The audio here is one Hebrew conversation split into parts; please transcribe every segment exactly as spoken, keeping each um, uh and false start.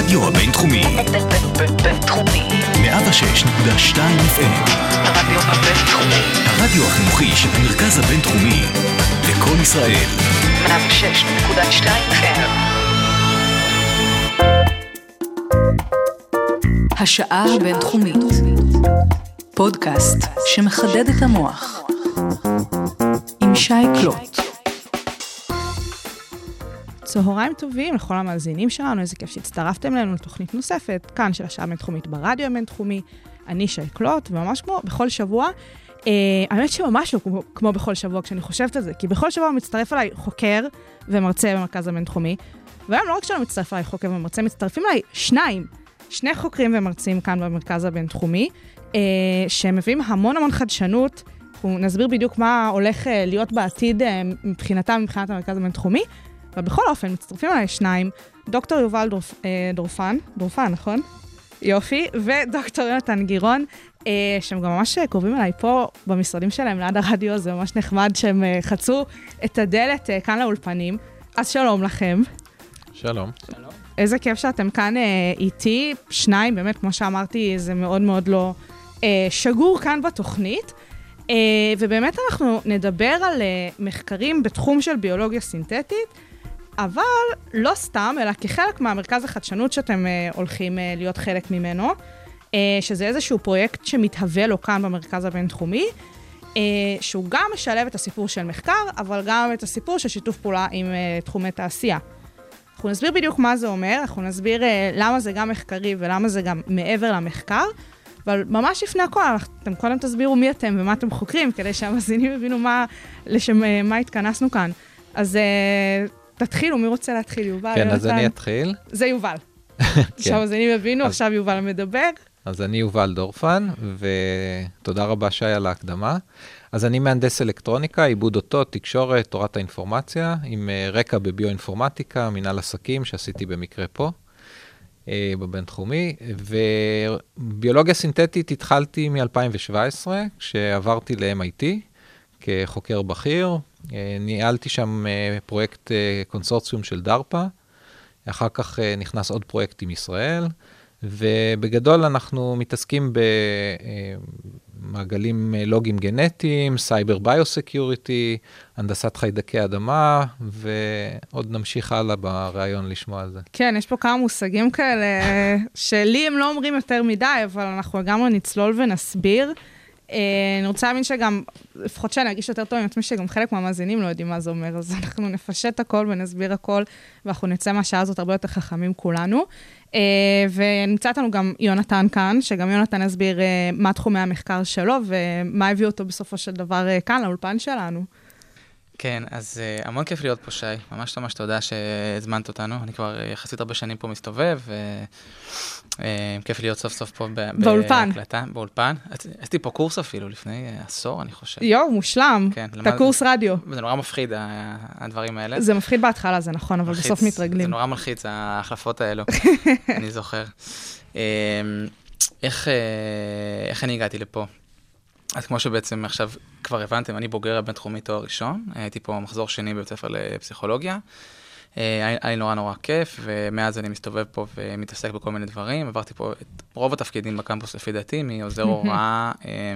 הרדיו הבינתחומי. בינתחומי. מאה ושש נקודה שתיים אף אם. הרדיו הבינתחומי. הרדיו החינוכי של המרכז הבינתחומי. לקול ישראל. מאה ושש נקודה שתיים אף אם. השעה הבינתחומית. פודקאסט שמחדד את המוח. עם שי קלוט. צהריים טובים לכל המאזינים שלנו, איזה כיף שהצטרפתם אלינו לתוכנית נוספת, כאן של השעה הבינתחומית ברדיו הבינתחומי, אני שי קלוט, וממש כמו בכל שבוע, אה, האמת שממש לא כמו, כמו בכל שבוע כשאני חושבת על זה, כי בכל שבוע מצטרף אליי חוקר ומרצה במרכז הבינתחומי, והיום לא רק שלא מצטרף אליי חוקר ומרצה, מצטרפים אליי שניים, שני חוקרים ומרצים כאן במרכז הבינתחומי, אה, שמביאים המון המון חדשנות, אנחנו נסביר בדיוק מה הולך להיות בעתיד אה, מבחינתם, מבחינת המרכז הבינתחומי, ובכל אופן, מצטרפים עליי שניים, דוקטור יובל דורפ, אה, דורפן, דורפן, נכון? יופי, ודוקטור יונתן גירון, אה, שהם גם ממש קרובים אליי פה במשרדים שלהם, ליד הרדיו, זה ממש נחמד שהם אה, חצו את הדלת אה, כאן לאולפנים. אז שלום לכם. שלום. שלום. איזה כיף שאתם כאן אה, איתי, שניים, באמת, כמו שאמרתי, זה מאוד מאוד לא אה, שגור כאן בתוכנית. אה, ובאמת אנחנו נדבר על אה, מחקרים בתחום של ביולוגיה סינתטית, אבל לא סתם, אלא כחלק מהמרכז החדשנות שאתם uh, הולכים uh, להיות חלק ממנו, uh, שזה איזשהו פרויקט שמתהווה לו כאן במרכז הבינתחומי, uh, שהוא גם משלב את הסיפור של מחקר, אבל גם את הסיפור של שיתוף פעולה עם uh, תחומי תעשייה. אנחנו נסביר בדיוק מה זה אומר, אנחנו נסביר uh, למה זה גם מחקרי ולמה זה גם מעבר למחקר, אבל ממש לפני הכל, אתם קודם תסבירו מי אתם ומה אתם חוקרים, כדי שהמאזינים יבינו מה, לשם, uh, מה התכנסנו כאן. אז... Uh, תתחילו, מי רוצה להתחיל? יובל? כן, אז אני אתחיל. זה יובל. עכשיו, אז אני מבינו, עכשיו יובל מדבר. אז אני יובל דורפן, ותודה רבה שי על ההקדמה. אז אני מהנדס אלקטרוניקה, עיבוד אותות, תקשורת, תורת האינפורמציה, עם רקע בביואינפורמטיקה, מנהל עסקים שעשיתי במקרה פה, בבינתחומי, וביולוגיה סינתטית התחלתי מ-אלפיים שבע עשרה, כשעברתי ל-אם איי טי כחוקר בכיר, ניהלתי שם פרויקט קונסורציום של דארפה, אחר כך נכנס עוד פרויקט עם ישראל, ובגדול אנחנו מתעסקים במעגלים לוגיים גנטיים, סייבר ביוסקיוריטי, הנדסת חיידקי אדמה, ועוד נמשיך הלאה ברעיון לשמוע על זה. כן, יש פה כמה מושגים כאלה, שלי הם לא אומרים יותר מדי, אבל אנחנו גם נצלול ונסביר. אני רוצה להאמין שגם, לפחות שאני ארגיש יותר טוב עם עצמי, שגם חלק מהמאזינים לא יודעים מה זה אומר, אז אנחנו נפשט הכל ונסביר הכל, ואנחנו נצא מהשעה הזאת הרבה יותר חכמים כולנו. ונמצא אותנו גם יונתן כאן, שגם יונתן הסביר מה תחומי המחקר שלו, ומה הביא אותו בסופו של דבר כאן, לאולפן שלנו. כן, אז uh, המון כיף להיות פה, שי. ממש ממש תודה שהזמנת אותנו. אני כבר יחסית הרבה שנים פה מסתובב, וכיף uh, להיות סוף סוף פה ב- באולפן. בהקלטה, באולפן. עשיתי פה קורס אפילו לפני uh, עשור, אני חושב. יו, מושלם. כן, את הקורס רדיו. זה נורא מפחיד, הדברים האלה. זה מפחיד בהתחלה, זה נכון, אבל בסוף מתרגלים. זה נורא מלחיץ, ההחלפות האלו, אני זוכר. Uh, איך, uh, איך אני הגעתי לפה? אז כמו שבעצם עכשיו כבר הבנתם, אני בוגר הבינתחומי תואר ראשון, הייתי פה מחזור שני בבית ספר לפסיכולוגיה, היה לי נורא נורא כיף, ומאז אני מסתובב פה ומתעסק בכל מיני דברים, עברתי פה את רוב התפקידים בקמפוס לפי דעתי, מעוזר הוראה,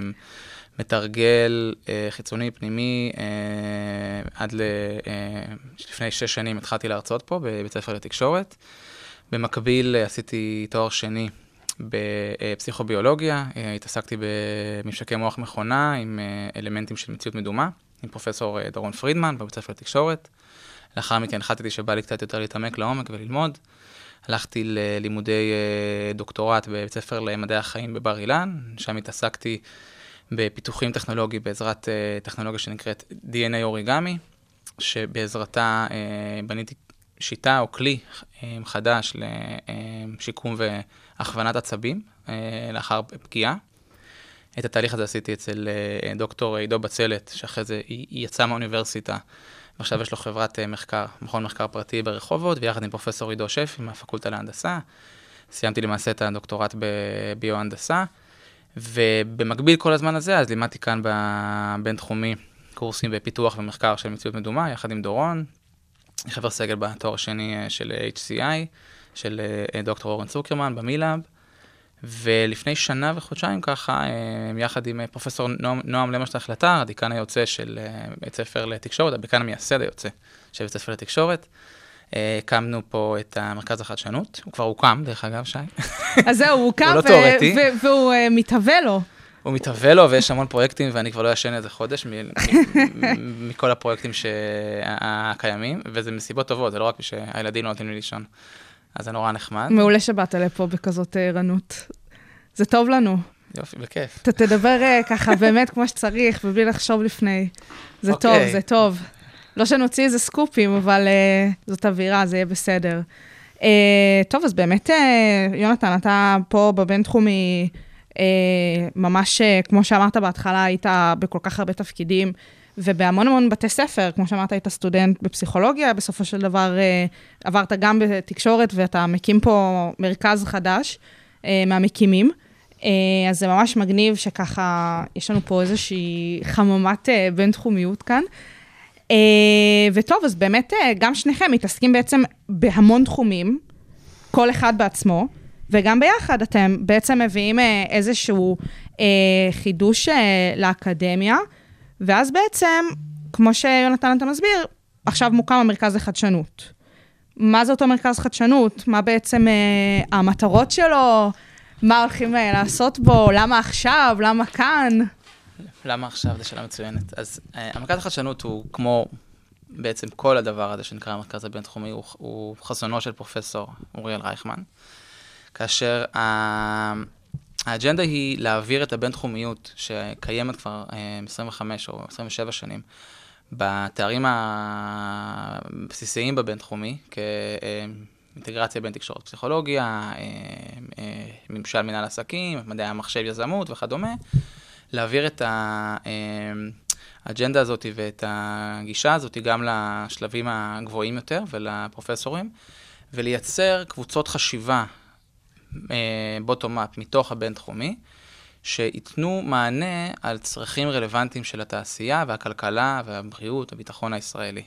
מתרגל, חיצוני, פנימי, עד לפני שש שנים התחלתי להרצות פה בבית ספר לתקשורת, במקביל עשיתי תואר שני, בפסיכוביולוגיה, התעסקתי בממשקי מוח מכונה עם אלמנטים של מציאות מדומה, עם פרופסור דורון פרידמן בבית ספר לתקשורת. לאחר מכן החלטתי שבא לי קצת יותר להתעמק לעומק וללמוד. הלכתי ללימודי דוקטורט בבית ספר למדעי החיים בבר אילן, שם התעסקתי בפיתוחים טכנולוגיים בעזרת טכנולוגיה שנקראת די אן איי אוריגמי, שבעזרתה בניתי שיטה או כלי חדש לשיקום והכוונת עצבים לאחר פגיעה. את התהליך הזה עשיתי אצל דוקטור עידו בצלת, שאחרי זה היא יצאה מהאוניברסיטה, ועכשיו יש לו חברת מחקר, מכון מחקר פרטי ברחובות, ויחד עם פרופסור עידו שפי מהפקולטה להנדסה. סיימתי למעשה את הדוקטורט בביו-הנדסה, ובמקביל כל הזמן הזה, אז לימדתי כאן בבינתחומי קורסים בפיתוח ומחקר של מציאות מדומה, יחד עם דורון, חבר סגל בתואר השני של H C I, של דוקטור אורן צוקרמן במילאב, ולפני שנה וחודשיים ככה, יחד עם פרופסור נועם, נועם למש להחלטה, הדיקן היוצא של בית ספר לתקשורת, הדיקן המייסד היוצא של בית ספר לתקשורת, הקמנו פה את המרכז החדשנות, הוא כבר הוקם, דרך אגב, שי. אז זהו, הוא הוקם, הוא לא תיאורטי. והוא מתהווה לו. הוא מתהווה לו, ויש המון פרויקטים, ואני כבר לא ישן איזה חודש מכל הפרויקטים הקיימים, וזה מסיבות טובות, זה לא רק שהילדים לא נותנים לי לישון. אז זה נורא נחמד. מעולה שבאת לפה בכזאת ערנות. זה טוב לנו. יופי, בכיף. אתה תדבר ככה באמת כמו שצריך, ובלי לחשוב לפני. זה טוב, זה טוב. לא שנוציא איזה סקופים, אבל זאת אווירה, זה יהיה בסדר. טוב, אז באמת, יונתן, אתה פה בבינתחומי, ממש, כמו שאמרת בהתחלה, היית בכל כך הרבה תפקידים, ובהמון המון בתי ספר, כמו שאמרת, היית סטודנט בפסיכולוגיה, בסופו של דבר עברת גם בתקשורת, ואתה מקים פה מרכז חדש מהמקימים, אז זה ממש מגניב שככה, יש לנו פה איזושהי חממת בינתחומיות כאן, וטוב, אז באמת גם שניכם מתעסקים בעצם בהמון תחומים, כל אחד בעצמו, וגם ביחד אתם בעצם מביאים איזשהו חידוש לאקדמיה, ואז בעצם, כמו שיונתן אתה מסביר, עכשיו מוקם המרכז לחדשנות. מה זה אותו מרכז חדשנות? מה בעצם אה, המטרות שלו? מה הולכים אה, לעשות בו? למה עכשיו? למה כאן? למה עכשיו? זו שאלה מצוינת. אז אה, המרכז החדשנות הוא כמו בעצם כל הדבר הזה שנקרא המרכז הבינתחומי, הוא, הוא חזונו של פרופסור אוריאל רייכמן, כאשר ה... האג'נדה היא להעביר את הבינתחומיות שקיימת כבר עשרים וחמש או עשרים ושבע שנים בתארים הבסיסיים בבינתחומי, כאינטגרציה בין תקשורת פסיכולוגיה, ממשל מנהל עסקים, מדעי המחשב יזמות וכדומה, להעביר את האג'נדה הזאת ואת הגישה הזאת גם לשלבים הגבוהים יותר ולפרופסורים, ולייצר קבוצות חשיבה בוטום-אפ מתוך הבינתחומי, שיתנו מענה על צרכים רלוונטיים של התעשייה והכלכלה והבריאות, הביטחון הישראלי.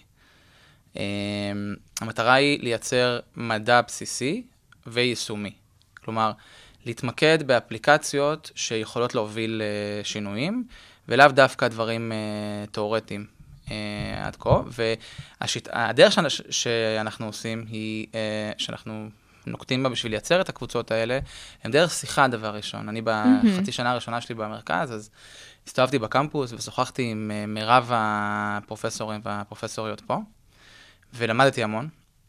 המטרה היא לייצר מדע בסיסי ויישומי. כלומר, להתמקד באפליקציות שיכולות להוביל שינויים, ולאו דווקא דברים תיאורטיים עד כה. והדרך שאנחנו עושים היא שאנחנו נוקטים בה בשביל לייצר את הקבוצות האלה, הם דרך שיחה דבר ראשון. אני בחצי שנה הראשונה שלי במרכז, אז הסתובבתי בקמפוס ושוחחתי עם מרב הפרופסורים והפרופסוריות פה, ולמדתי המון,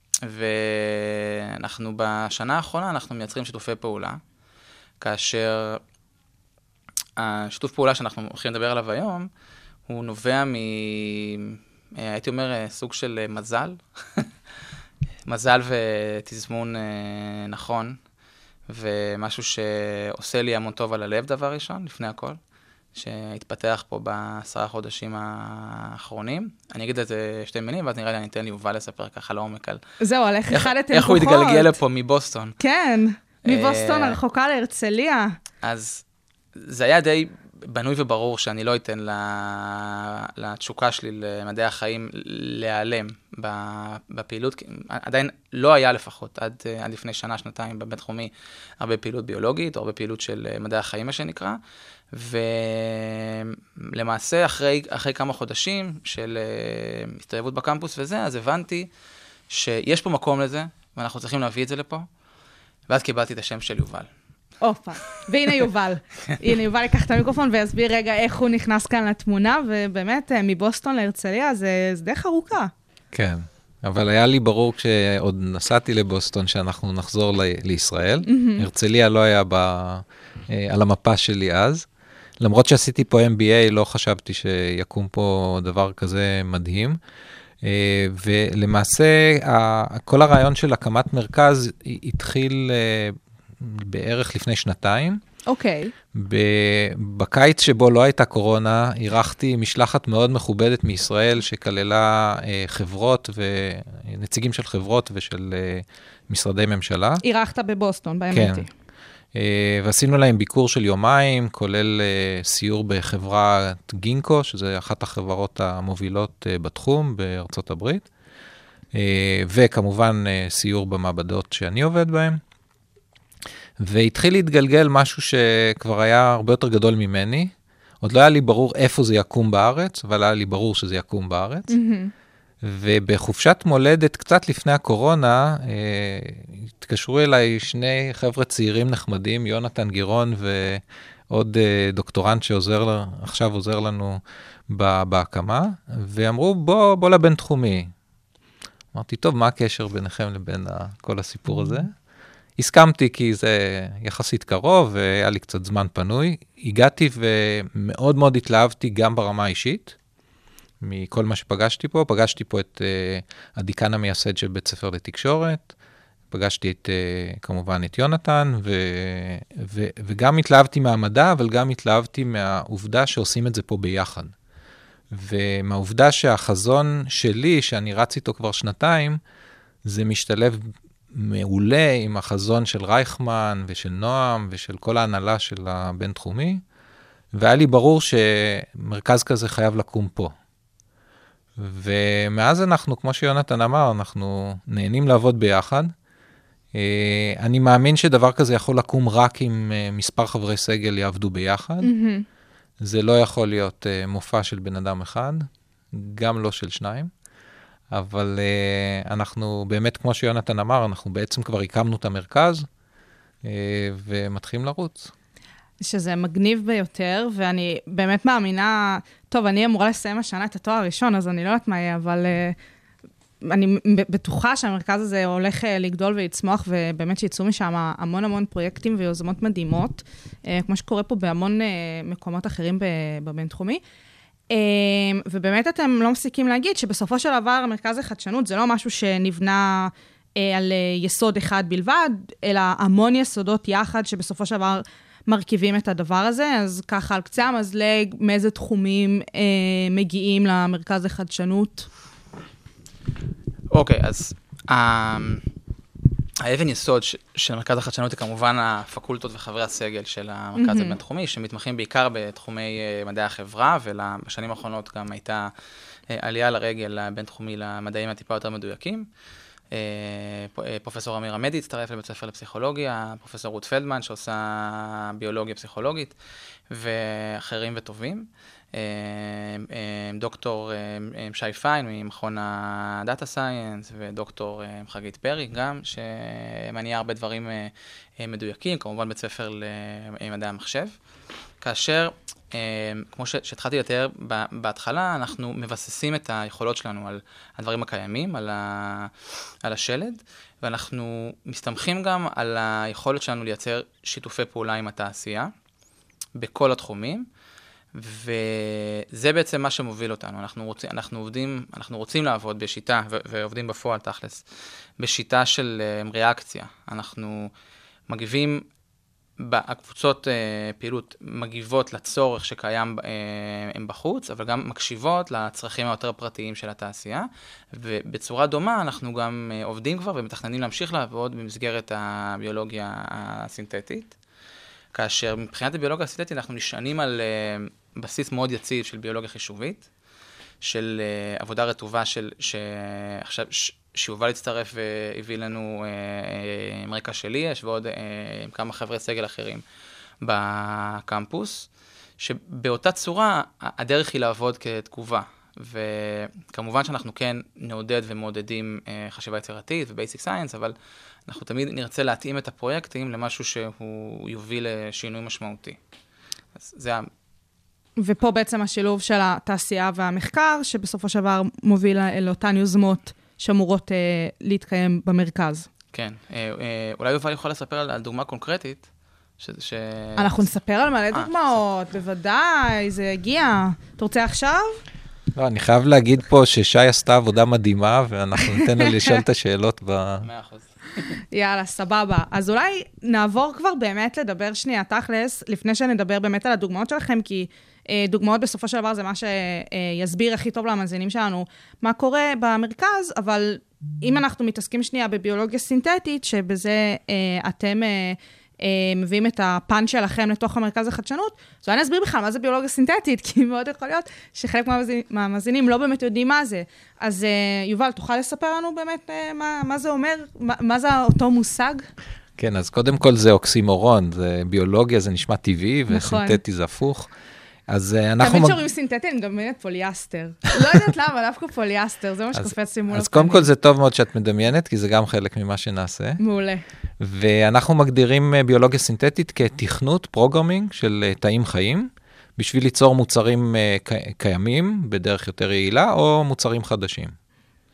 ואנחנו בשנה האחרונה, אנחנו מייצרים שיתופי פעולה, כאשר השיתוף פעולה שאנחנו הולכים לדבר עליו היום, הוא נובע מ... הייתי אומר, סוג של מזל, מזל ותזמון נכון, ומשהו שעושה לי המון טוב על הלב דבר ראשון, לפני הכל, שהתפתח פה בעשרה חודשים האחרונים. אני אגיד את זה שתי מילים, ואז נראה לי אני אתן לי יובל לספר ככה לעומק על... זהו, על איך החלטתם איך הוא התגלגל לפה מבוסטון. כן, מבוסטון הרחוקה להרצליה. אז זה היה די בנוי וברור שאני לא אתן לתשוקה שלי למדעי החיים להיעלם בפעילות, עדיין לא היה לפחות, עד, עד לפני שנה, שנתיים בבינתחומי, הרבה פעילות ביולוגית, או הרבה פעילות של מדעי החיים, מה שנקרא, ולמעשה אחרי, אחרי כמה חודשים של הסתובבות בקמפוס וזה, אז הבנתי שיש פה מקום לזה, ואנחנו צריכים להביא את זה לפה, ואז קיבלתי את השם של יובל. אופה, והנה יובל. הנה יובל ייקח את המיקרופון ויסביר רגע איך הוא נכנס כאן לתמונה, ובאמת מבוסטון להרצליה זה, זה דרך ארוכה. כן, אבל היה לי ברור כשעוד נסעתי לבוסטון שאנחנו נחזור ל- לישראל. Mm-hmm. הרצליה לא היה ב- על המפה שלי אז. למרות שעשיתי פה אם בי איי, לא חשבתי שיקום פה דבר כזה מדהים. ולמעשה, כל הרעיון של הקמת מרכז התחיל בערך לפני שנתיים. אוקיי. בקיץ שבו לא הייתה קורונה, אירחתי משלחת מאוד מכובדת מישראל, שכללה חברות ונציגים של חברות ושל משרדי ממשלה. אירחת בבוסטון, באמת. כן. ועשינו להם ביקור של יומיים, כולל סיור בחברת גינקו, שזה אחת החברות המובילות בתחום בארצות הברית. וכמובן סיור במעבדות שאני עובד בהן. והתחיל להתגלגל משהו שכבר היה הרבה יותר גדול ממני. עוד לא היה לי ברור איפה זה יקום בארץ, אבל היה לי ברור שזה יקום בארץ. ובחופשת מולדת, קצת לפני הקורונה, התקשרו אליי שני חבר'ה צעירים נחמדים, יונתן גירון ועוד דוקטורנט שעוזר, עכשיו עוזר לנו בהקמה, ואמרו, בוא, בוא לבן תחומי. אמרתי, טוב, מה הקשר ביניכם לבין כל הסיפור הזה? הסכמתי כי זה יחסית קרוב, והיה לי קצת זמן פנוי. הגעתי ומאוד מאוד התלהבתי גם ברמה האישית, מכל מה שפגשתי פה. פגשתי פה את uh, הדיקן המייסד של בית ספר לתקשורת, פגשתי את, uh, כמובן את יונתן, ו, ו, וגם התלהבתי מהמדע, אבל גם התלהבתי מהעובדה שעושים את זה פה ביחד. ומהעובדה שהחזון שלי, שאני רץ איתו כבר שנתיים, זה משתלב מעולה עם החזון של רייכמן ושל נועם ושל כל ההנהלה של הבינתחומי, והיה לי ברור שמרכז כזה חייב לקום פה. ומאז אנחנו, כמו שיונתן אמר, אנחנו נהנים לעבוד ביחד. אני מאמין שדבר כזה יכול לקום רק אם מספר חברי סגל יעבדו ביחד. Mm-hmm. זה לא יכול להיות מופע של בן אדם אחד, גם לא של שניים. אבל uh, אנחנו באמת, כמו שיונתן אמר, אנחנו בעצם כבר הקמנו את המרכז, uh, ומתחילים לרוץ. שזה מגניב ביותר, ואני באמת מאמינה, טוב, אני אמורה לסיים השנה את התואר הראשון, אז אני לא יודעת מה יהיה, אבל uh, אני בטוחה שהמרכז הזה הולך uh, לגדול ולצמוח, ובאמת שיצאו משם המון המון פרויקטים ויוזמות מדהימות, uh, כמו שקורה פה בהמון uh, מקומות אחרים בבינתחומי. ובאמת אתם לא מפסיקים להגיד שבסופו של דבר המרכז לחדשנות זה לא משהו שנבנה על יסוד אחד בלבד, אלא המון יסודות יחד שבסופו של דבר מרכיבים את הדבר הזה. אז ככה על קצה המזלג, מאיזה תחומים מגיעים למרכז לחדשנות? אוקיי, אז האבן יסוד של מרכז החדשנות היא כמובן הפקולטות וחברי הסגל של המרכז הבינתחומי, שמתמחים בעיקר בתחומי מדעי החברה, ובשנים האחרונות גם הייתה עלייה לרגל לבינתחומי למדעים הטיפה יותר מדויקים. פרופסור אמיר עמדי הצטרף לבית ספר לפסיכולוגיה, פרופסור רות פלדמן שעושה ביולוגיה פסיכולוגית, ואחרים וטובים. דוקטור שי פיין ממכון הדאטה סיינס, ודוקטור חגית פרי גם, שמניע הרבה דברים מדויקים, כמובן בית ספר למדעי המחשב. כאשר, כמו שהתחלתי לתאר בהתחלה, אנחנו מבססים את היכולות שלנו על הדברים הקיימים, על, ה, על השלד, ואנחנו מסתמכים גם על היכולת שלנו לייצר שיתופי פעולה עם התעשייה, בכל התחומים, וזה בעצם מה שמוביל אותנו. אנחנו רוצים, אנחנו עובדים, אנחנו רוצים לעבוד בשיטה, ו- ועובדים בפועל תכלס, בשיטה של uh, ריאקציה. אנחנו מגיבים, הקבוצות uh, פעילות מגיבות לצורך שקיים uh, הם בחוץ, אבל גם מקשיבות לצרכים היותר פרטיים של התעשייה, ובצורה דומה אנחנו גם uh, עובדים כבר ומתכננים להמשיך לעבוד במסגרת הביולוגיה הסינתטית. כאשר מבחינת הביולוגיה הסינתטית אנחנו נשענים על uh, בסיס מאוד יציב של ביולוגיה חישובית, של uh, עבודה רטובה של, שעכשיו ש, שיובל הצטרף והביא לנו uh, עם רקע שלי, יש ועוד uh, עם כמה חברי סגל אחרים בקמפוס, שבאותה צורה הדרך היא לעבוד כתגובה, וכמובן שאנחנו כן נעודד ומעודדים uh, חשיבה יצירתית ובייסיק סיינס, אבל אנחנו תמיד נרצה להתאים את הפרויקטים למשהו שהוא יוביל לשינוי משמעותי. אז זה ה... ופה בעצם השילוב של התעשייה והמחקר, שבסופו של דבר מוביל לאותן יוזמות שאמורות אה, להתקיים במרכז. כן. אה, אה, אולי יובל יכול לספר על, על דוגמה קונקרטית? ש... ש... אנחנו נספר על מלא דוגמאות, בוודאי, זה הגיע. אתה רוצה עכשיו? לא, אני חייב להגיד פה ששי עשתה עבודה מדהימה, ואנחנו ניתן לה לשאול את השאלות ב... מאה אחוז. יאללה, סבבה. אז אולי נעבור כבר באמת לדבר שנייה תכלס, לפני שנדבר באמת על הדוגמאות שלכם, כי אה, דוגמאות בסופו של דבר זה מה שיסביר הכי טוב למאזינים שלנו מה קורה במרכז, אבל אם אנחנו מתעסקים שנייה בביולוגיה סינתטית, שבזה אה, אתם אה, מביאים את הפן שלכם לתוך המרכז החדשנות, אז אני אסביר בכלל מה זה ביולוגיה סינתטית, כי מאוד יכול להיות שחלק מהמאזינים לא באמת יודעים מה זה. אז יובל, תוכל לספר לנו באמת מה, מה זה אומר, מה, מה זה אותו מושג? כן, אז קודם כל זה אוקסימורון, זה ביולוגיה, זה נשמע טבעי, וסינתטי זה הפוך. אז אנחנו... תמיד שאומרים סינתטי, אני גם מבינת פוליאסטר. לא יודעת למה, דווקא פוליאסטר, זה מה שקופץ לי מול הפנים. אז קודם כל זה טוב מאוד שאת מדמיינת, כי זה גם חלק ממה שנעשה. מעולה. ואנחנו מגדירים ביולוגיה סינתטית כתכנות, פרוגרמינג של תאים חיים, בשביל ליצור מוצרים קיימים בדרך יותר יעילה, או מוצרים חדשים.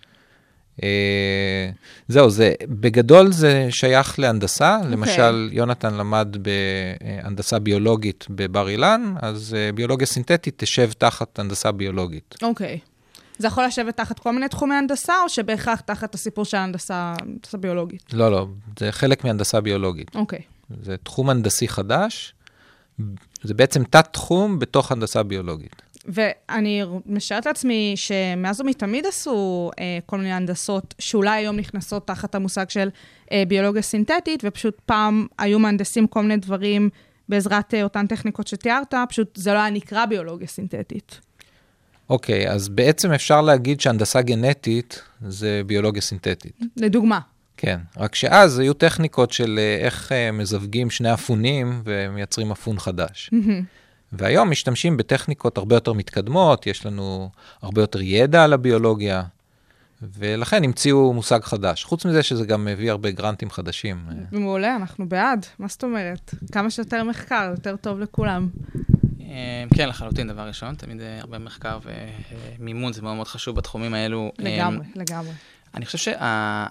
זהו, זה, בגדול זה שייך להנדסה, okay. למשל יונתן למד בהנדסה ביולוגית בבר אילן, אז ביולוגיה סינתטית תשב תחת הנדסה ביולוגית. אוקיי. Okay. זה יכול לשבת תחת כל מיני תחומי הנדסה, או שבהכרח תחת הסיפור של הנדסה, הנדסה ביולוגית? לא, לא, זה חלק מהנדסה ביולוגית. אוקיי. Okay. זה תחום הנדסי חדש, זה בעצם תת-תחום בתוך הנדסה ביולוגית. ואני משערת לעצמי שמאז ומתמיד עשו אה, כל מיני הנדסות, שאולי היום נכנסות תחת המושג של אה, ביולוגיה סינתטית, ופשוט פעם היו מהנדסים כל מיני דברים בעזרת אה, אותן טכניקות שתיארת, פשוט זה לא היה נקרא ביולוגיה סינתטית. אוקיי, אז בעצם אפשר להגיד שהנדסה גנטית זה ביולוגיה סינתטית. לדוגמה. כן, רק שאז היו טכניקות של איך אה, מזווגים שני אפונים ומייצרים אפון חדש. והיום משתמשים בטכניקות הרבה יותר מתקדמות, יש לנו הרבה יותר ידע על הביולוגיה, ולכן המציאו מושג חדש. חוץ מזה שזה גם מביא הרבה גרנטים חדשים. מעולה, אנחנו בעד. מה זאת אומרת? כמה שיותר מחקר, יותר טוב לכולם. כן, לחלוטין, דבר ראשון. תמיד הרבה מחקר ומימון, זה מאוד מאוד חשוב בתחומים האלו. לגמרי, לגמרי. אני חושב שה...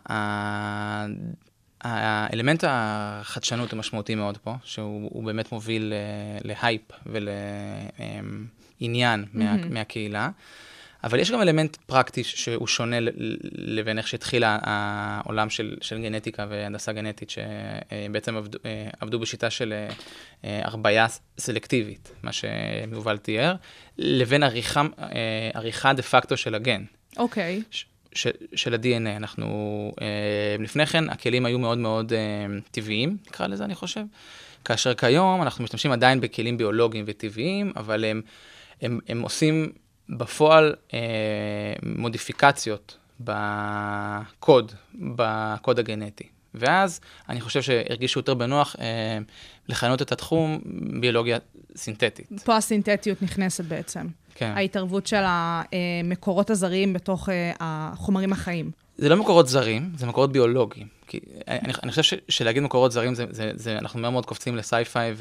האלמנט החדשנות הוא משמעותי מאוד פה, שהוא באמת מוביל להייפ ולעניין מהקהילה, אבל יש גם אלמנט פרקטי שהוא שונה לבין איך שהתחיל העולם של גנטיקה והנדסה גנטית, שבעצם עבדו בשיטה של הרביה סלקטיבית, מה שיובל תיאר, לבין עריכה דה פקטו של הגן. אוקיי. של, של ה-די אן איי. אנחנו, אה, לפני כן, הכלים היו מאוד מאוד אה, טבעיים, נקרא לזה, אני חושב. כאשר כיום אנחנו משתמשים עדיין בכלים ביולוגיים וטבעיים, אבל הם, הם, הם עושים בפועל אה, מודיפיקציות בקוד, בקוד הגנטי. ואז אני חושב שהרגישו יותר בנוח אה, לכנות את התחום ביולוגיה סינתטית. פה הסינתטיות נכנסת בעצם. כן. ההתערבות של המקורות הזרים בתוך החומרים החיים. זה לא מקורות זרים, זה מקורות ביולוגיים. כי אני, אני חושב ש, שלהגיד מקורות זרים, זה, זה, זה, אנחנו מאוד מאוד קופצים לסי-פיי,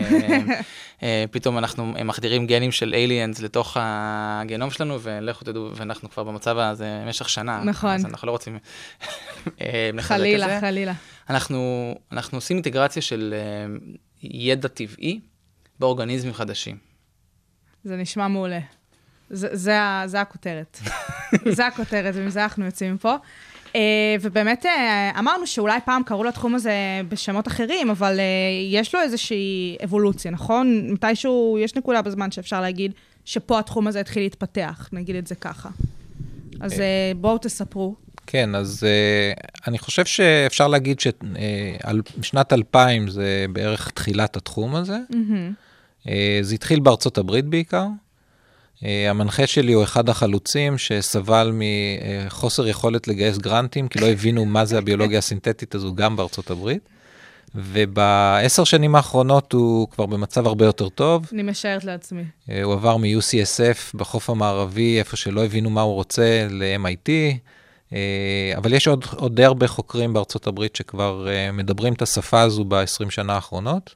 ופתאום אנחנו מחדירים גנים של aliens לתוך הגנום שלנו, ולכו תדעו, ואנחנו כבר במצב הזה במשך שנה. נכון. אז אנחנו לא רוצים לחזק את זה. חלילה, חלילה. אנחנו, אנחנו עושים אינטגרציה של ידע טבעי באורגניזמים חדשים. זה נשמע מעולה. זה, זה, זה הכותרת. זה הכותרת, ומזה אנחנו יוצאים פה. ובאמת אמרנו שאולי פעם קראו לתחום הזה בשמות אחרים, אבל יש לו איזושהי אבולוציה, נכון? מתישהו יש נקודה בזמן שאפשר להגיד שפה התחום הזה התחיל להתפתח, נגיד את זה ככה. אז בואו תספרו. כן, אז אני חושב שאפשר להגיד ששנת אלפיים זה בערך תחילת התחום הזה. זה התחיל בארצות הברית בעיקר. המנחה שלי הוא אחד החלוצים שסבל מחוסר יכולת לגייס גרנטים, כי לא הבינו מה זה הביולוגיה הסינתטית הזו גם בארצות הברית. ובעשר שנים האחרונות הוא כבר במצב הרבה יותר טוב. אני משערת לעצמי. הוא עבר מ-יו סי אס אף בחוף המערבי, איפה שלא הבינו מה הוא רוצה, ל-אם איי טי. אבל יש עוד, עוד די הרבה חוקרים בארצות הברית שכבר מדברים את השפה הזו ב-עשרים שנה האחרונות.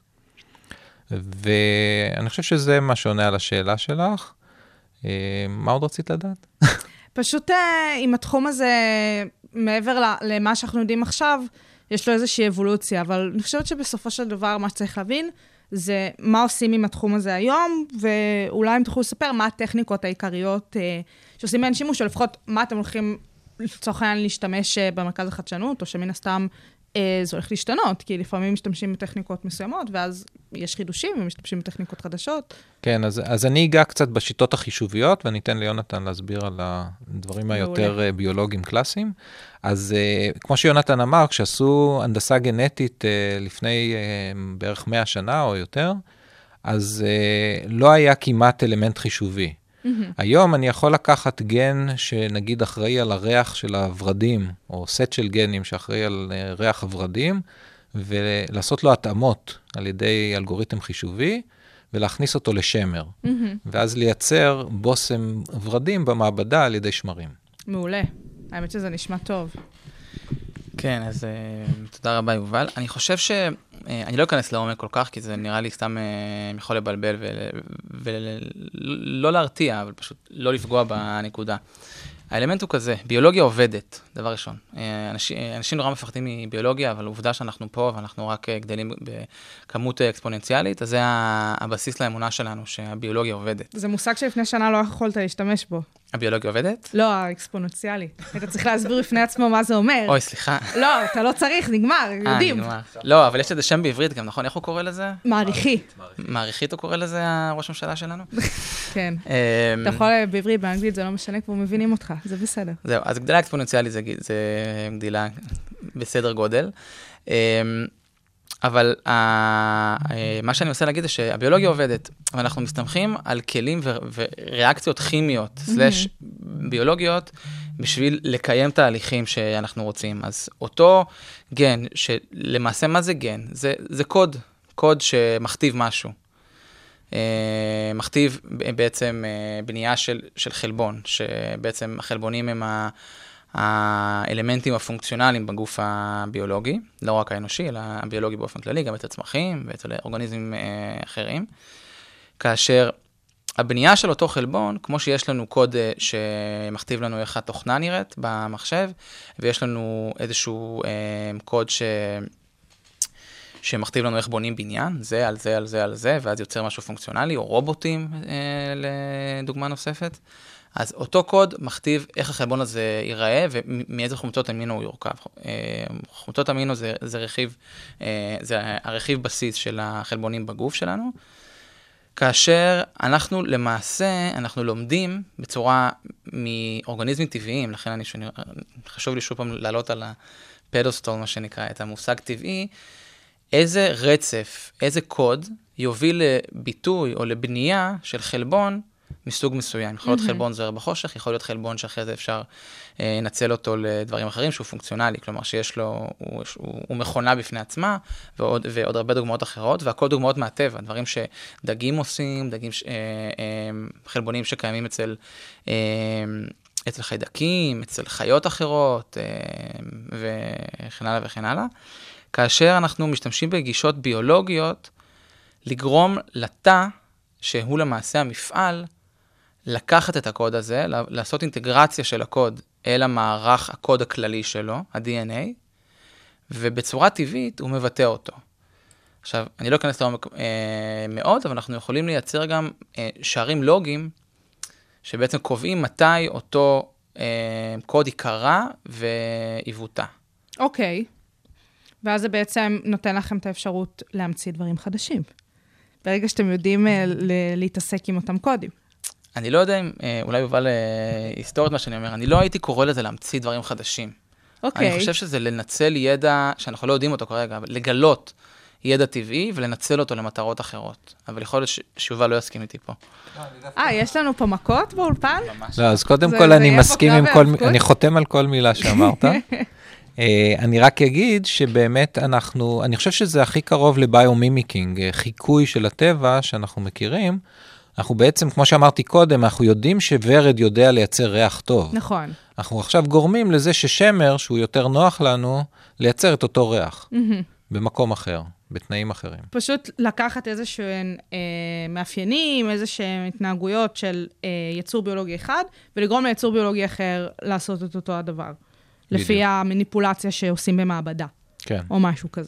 ואני חושב שזה מה שעונה על השאלה שלך. מה עוד רצית לדעת? פשוט עם התחום הזה, מעבר למה שאנחנו יודעים עכשיו, יש לו איזושהי אבולוציה, אבל אני חושבת שבסופו של דבר מה שצריך להבין, זה מה עושים עם התחום הזה היום, ואולי אם תוכלו לספר מה הטכניקות העיקריות שעושים בהן שימוש, או לפחות מה אתם הולכים לצורך העניין להשתמש במרכז החדשנות, או שמן הסתם זה הולך להשתנות, כי לפעמים משתמשים בטכניקות מסוימות, ואז יש חידושים ומשתמשים בטכניקות חדשות. כן, אז, אז אני אגע קצת בשיטות החישוביות, ואני אתן ליונתן להסביר על הדברים היותר ביולוגיים קלאסיים. אז כמו שיונתן אמר, כשעשו הנדסה גנטית לפני בערך מאה שנה או יותר, אז לא היה כמעט אלמנט חישובי. Mm-hmm. היום אני יכול לקחת גן שנגיד אחראי על הריח של הוורדים, או סט של גנים שאחראי על ריח הוורדים, ולעשות לו התאמות על ידי אלגוריתם חישובי, ולהכניס אותו לשמר. Mm-hmm. ואז לייצר בוסם ורדים במעבדה על ידי שמרים. מעולה. האמת שזה נשמע טוב. כן, אז uh, תודה רבה, יובל. אני חושב ש... Uh, אני לא אכנס לעומק כל כך, כי זה נראה לי סתם uh, יכול לבלבל ולא להרתיע, אבל פשוט לא לפגוע בנקודה. האלמנט הוא כזה, ביולוגיה עובדת, דבר ראשון. אנשים, אנשים נורא מפחדים מביולוגיה, אבל עובדה שאנחנו פה, ואנחנו רק גדלים בכמות אקספוננציאלית, אז זה הבסיס לאמונה שלנו, שהביולוגיה עובדת. זה מושג שלפני שנה לא יכולת להשתמש בו. הביולוגיה עובדת? לא, האקספוננציאלי. אתה צריך להסביר לפני עצמו מה זה אומר. אוי, סליחה. לא, אתה לא צריך, נגמר, יודעים. נגמר. לא, אבל יש לזה שם בעברית גם, נכון? איך הוא קורא לזה? מעריכי. מעריכית הוא קורא לזה, הראש הממשלה שלנו? כן. אתה יכול בעברית, באנגלית, זה לא משנה, כבר מבינים אותך, זה בסדר. זהו, אז גדילה אקספוננציאלית זה גדילה בסדר גודל. אבל מה שאני רוצה להגיד זה שהביולוגיה עובדת, ואנחנו מסתמכים על כלים וריאקציות כימיות, סלש ביולוגיות, בשביל לקיים תהליכים שאנחנו רוצים. אז אותו גן, שלמעשה מה זה גן? זה, זה קוד, קוד שמכתיב משהו. מכתיב בעצם בנייה של, של חלבון, שבעצם החלבונים הם ה... האלמנטים הפונקציונליים בגוף הביולוגי, לא רק האנושי, אלא הביולוגי באופן כללי, גם אצל צמחים ואצל אורגניזמים אחרים. כאשר הבנייה של אותו חלבון, כמו שיש לנו קוד שמכתיב לנו איך התוכנה נראית במחשב, ויש לנו איזשהו קוד ש... שמכתיב לנו איך בונים בניין, זה על זה על זה על זה, ואז יוצר משהו פונקציונלי, או רובוטים לדוגמה נוספת. אז אותו קוד מכתיב איך החלבון הזה ייראה, ומאיזה חומצות אמינו הוא יורכב. חומצות אמינו זה, זה רכיב, זה הרכיב בסיס של החלבונים בגוף שלנו, כאשר אנחנו למעשה, אנחנו לומדים בצורה מאורגניזמים טבעיים, לכן אני, שאני, חשוב לי שוב פעם לעלות על הפדוסטול, מה שנקרא, את המושג טבעי, איזה רצף, איזה קוד יוביל לביטוי או לבנייה של חלבון, מסוג מסוים. יכול להיות mm-hmm. חלבון זוהר בחושך, יכול להיות חלבון שאחרי זה אפשר אה, לנצל אותו לדברים אחרים, שהוא פונקציונלי, כלומר שיש לו, הוא, הוא, הוא מכונה בפני עצמה, ועוד, ועוד הרבה דוגמאות אחרות, והכל דוגמאות מהטבע, דברים שדגים עושים, דגים, אה, אה, חלבונים שקיימים אצל, אה, אצל חיידקים, אצל חיות אחרות, אה, וכן הלאה וכן הלאה. כאשר אנחנו משתמשים בגישות ביולוגיות, לגרום לתא, שהוא למעשה המפעל, לקחת את הקוד הזה, לעשות אינטגרציה של הקוד אל המערך הקוד הכללי שלו, ה-די אן איי, ובצורה טבעית הוא מבטא אותו. עכשיו, אני לא אכנס לעומק אה, מאוד, אבל אנחנו יכולים לייצר גם אה, שערים לוגיים, שבעצם קובעים מתי אותו אה, קוד יקרא ועיוותה. אוקיי. ואז זה בעצם נותן לכם את האפשרות להמציא דברים חדשים. ברגע שאתם יודעים להתעסק עם אותם קודים. אני לא יודע אם, אולי יובל היסטורית מה שאני אומר, אני לא הייתי קורא לזה להמציא דברים חדשים. אוקיי. אני חושב שזה לנצל ידע, שאנחנו לא יודעים אותו כרגע, אבל לגלות ידע טבעי ולנצל אותו למטרות אחרות. אבל יכול להיות שיובל לא יסכים איתי פה. אה, יש לנו פה מכות באולפן? לא, אז קודם כל אני מסכים עם כל, אני חותם על כל מילה שאמרת. אני רק אגיד שבאמת אנחנו, אני חושב שזה הכי קרוב לביומימיקינג, חיקוי של הטבע שאנחנו מכירים. אנחנו בעצם, כמו שאמרתי קודם, אנחנו יודעים שוורד יודע לייצר ריח טוב. נכון. אנחנו עכשיו גורמים לזה ששמר, שהוא יותר נוח לנו, לייצר את אותו ריח, במקום אחר, בתנאים אחרים. פשוט לקחת איזשהם אה, מאפיינים, איזשהם התנהגויות של אה, יצור ביולוגי אחד, ולגרום ליצור ביולוגי אחר לעשות את אותו הדבר. לפי המניפולציה שעושים במעבדה. כן. או משהו כזה.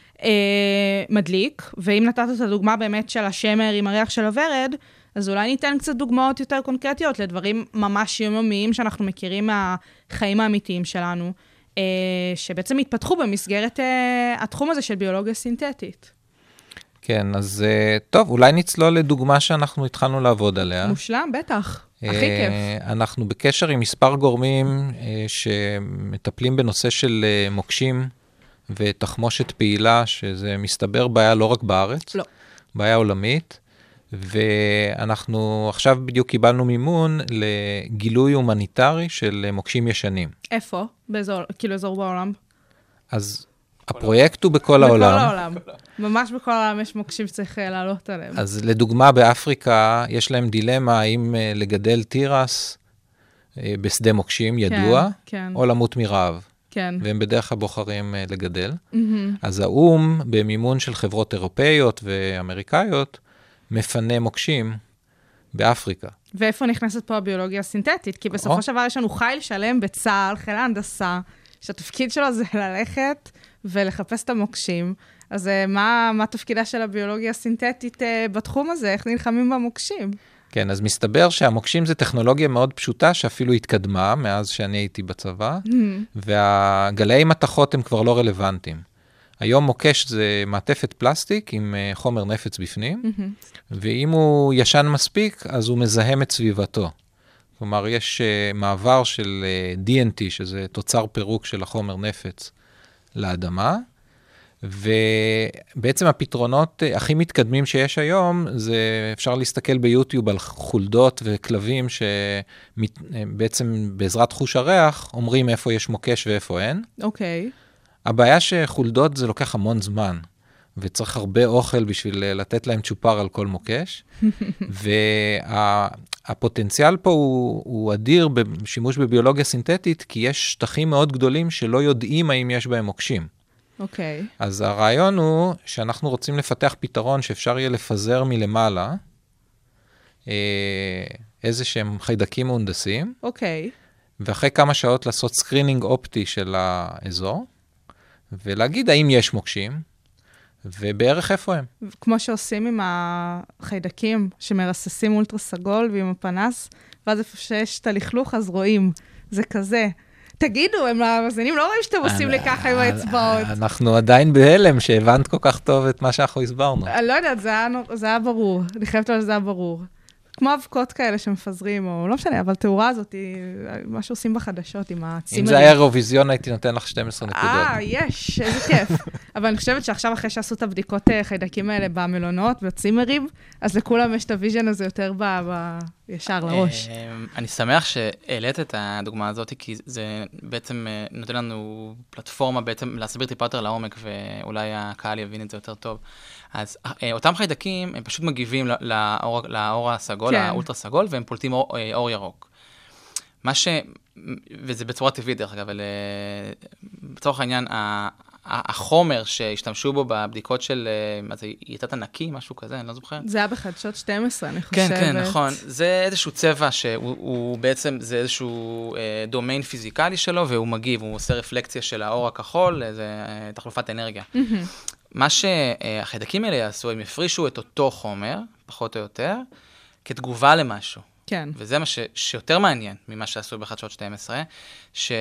אה, מדליק, ואם נתת את הדוגמה באמת של השמר עם הריח של הוורד, אז אולי ניתן קצת דוגמאות יותר קונקרטיות לדברים ממש יומיומיים שאנחנו מכירים מהחיים האמיתיים שלנו. אה, שבעצם התפתחו במסגרת אה, התחום הזה של ביולוגיה סינתטית. כן, אז טוב, אולי נצלול לדוגמה שאנחנו התחלנו לעבוד עליה. מושלם, בטח. הכי כיף. אנחנו בקשר עם מספר גורמים שמטפלים בנושא של מוקשים ותחמושת פעילה, שזה מסתבר בעיה לא רק בארץ, לא. בעיה עולמית, ואנחנו עכשיו בדיוק קיבלנו מימון לגילוי הומניטרי של מוקשים ישנים. איפה? באזור, כאילו אזור בעולם? אז הפרויקט הוא בכל העולם. בכל העולם. ממש בכל העולם יש מוקשים שצריך לעלות עליהם. אז לדוגמה, באפריקה יש להם דילמה האם לגדל תירס בשדה מוקשים ידוע, כן. או למות מרעב. כן. והם בדרך כלל בוחרים לגדל. אז האום, במימון של חברות אירופאיות ואמריקאיות, מפנה מוקשים באפריקה. ואיפה נכנסת פה הביולוגיה הסינתטית? כי בסופו של דבר יש לנו חיל שלם בצה"ל, חיל ההנדסה, שהתפקיד שלו זה ללכת ולחפש את המוקשים. אז מה, מה תפקידה של הביולוגיה הסינתטית בתחום הזה? איך נלחמים במוקשים? כן, אז מסתבר שהמוקשים זה טכנולוגיה מאוד פשוטה, שאפילו התקדמה מאז שאני הייתי בצבא, והגלאי מתכות הם כבר לא רלוונטיים. היום מוקש זה מעטפת פלסטיק עם חומר נפץ בפנים, ואם הוא ישן מספיק, אז הוא מזהם את סביבתו. כלומר, יש מעבר של די אן טי, שזה תוצר פירוק של החומר נפץ, לאדמה, ובעצם הפתרונות הכי מתקדמים שיש היום, זה אפשר להסתכל ביוטיוב על חולדות וכלבים, שבעצם בעזרת חוש הריח, אומרים איפה יש מוקש ואיפה אין. אוקיי. הבעיה שחולדות זה לוקח המון זמן, וצריך הרבה אוכל בשביל לתת להם צ'ופר על כל מוקש, והפוטנציאל פה הוא, הוא אדיר בשימוש בביולוגיה סינתטית, כי יש שטחים מאוד גדולים שלא יודעים האם יש בהם מוקשים. אוקיי. אז הרעיון הוא שאנחנו רוצים לפתח פתרון שאפשר יהיה לפזר מלמעלה, איזה שהם חיידקים מהונדסים, אוקיי. ואחרי כמה שעות לעשות סקרינינג אופטי של האזור, ולהגיד האם יש מוקשים, ובערך איפה הם. כמו שעושים עם החיידקים שמרססים אולטרה סגול ועם הפנס, ואז איפה שיש את הלכלוך, אז רואים. זה כזה. תגידו, הם המאזינים לא רואים שאתם עושים לי ככה עם האצבעות. אנחנו עדיין בהלם שהבנת כל כך טוב את מה שאנחנו הסברנו. אני לא יודעת, זה היה ברור. אני חייבת לומר שזה היה ברור. כמו אבקות כאלה שמפזרים, או לא משנה, אבל תאורה הזאת היא מה שעושים בחדשות עם הצימרים. אם זה היה אירוויזיון, הייתי נותן לך שתים עשרה נקודות. אה, יש, איזה כיף. אבל אני חושבת שעכשיו, אחרי שעשו את הבדיקות חיידקים האלה במלונות, בצימרים, אז לכולם יש את הוויז'ן הזה יותר ישר לראש. אני שמח שהעלית את הדוגמה הזאת, כי זה בעצם נותן לנו פלטפורמה בעצם להסביר טיפה יותר לעומק, ואולי הקהל יבין את זה יותר טוב. אז אותם חיידקים, הם פשוט מגיבים לאור, לאור הסגול, כן. האולטרה סגול, והם פולטים אור, אור ירוק. מה ש... וזה בצורה טבעית דרך אגב, אבל בצורך העניין, החומר שהשתמשו בו בבדיקות של, מה זה, יתת ענקי, משהו כזה, אני לא זוכר. זה היה בחדשות שתים עשרה, אני חושבת. כן, כן, נכון. זה איזשהו צבע שהוא בעצם, זה איזשהו דומיין פיזיקלי שלו, והוא מגיב, הוא עושה רפלקציה של האור הכחול, זה תחלופת אנרגיה. מה שהחיידקים האלה יעשו, הם יפרישו את אותו חומר, פחות או יותר, כתגובה למשהו. כן. וזה מה ש, שיותר מעניין ממה שעשו בחדשות שתים עשרה, שאם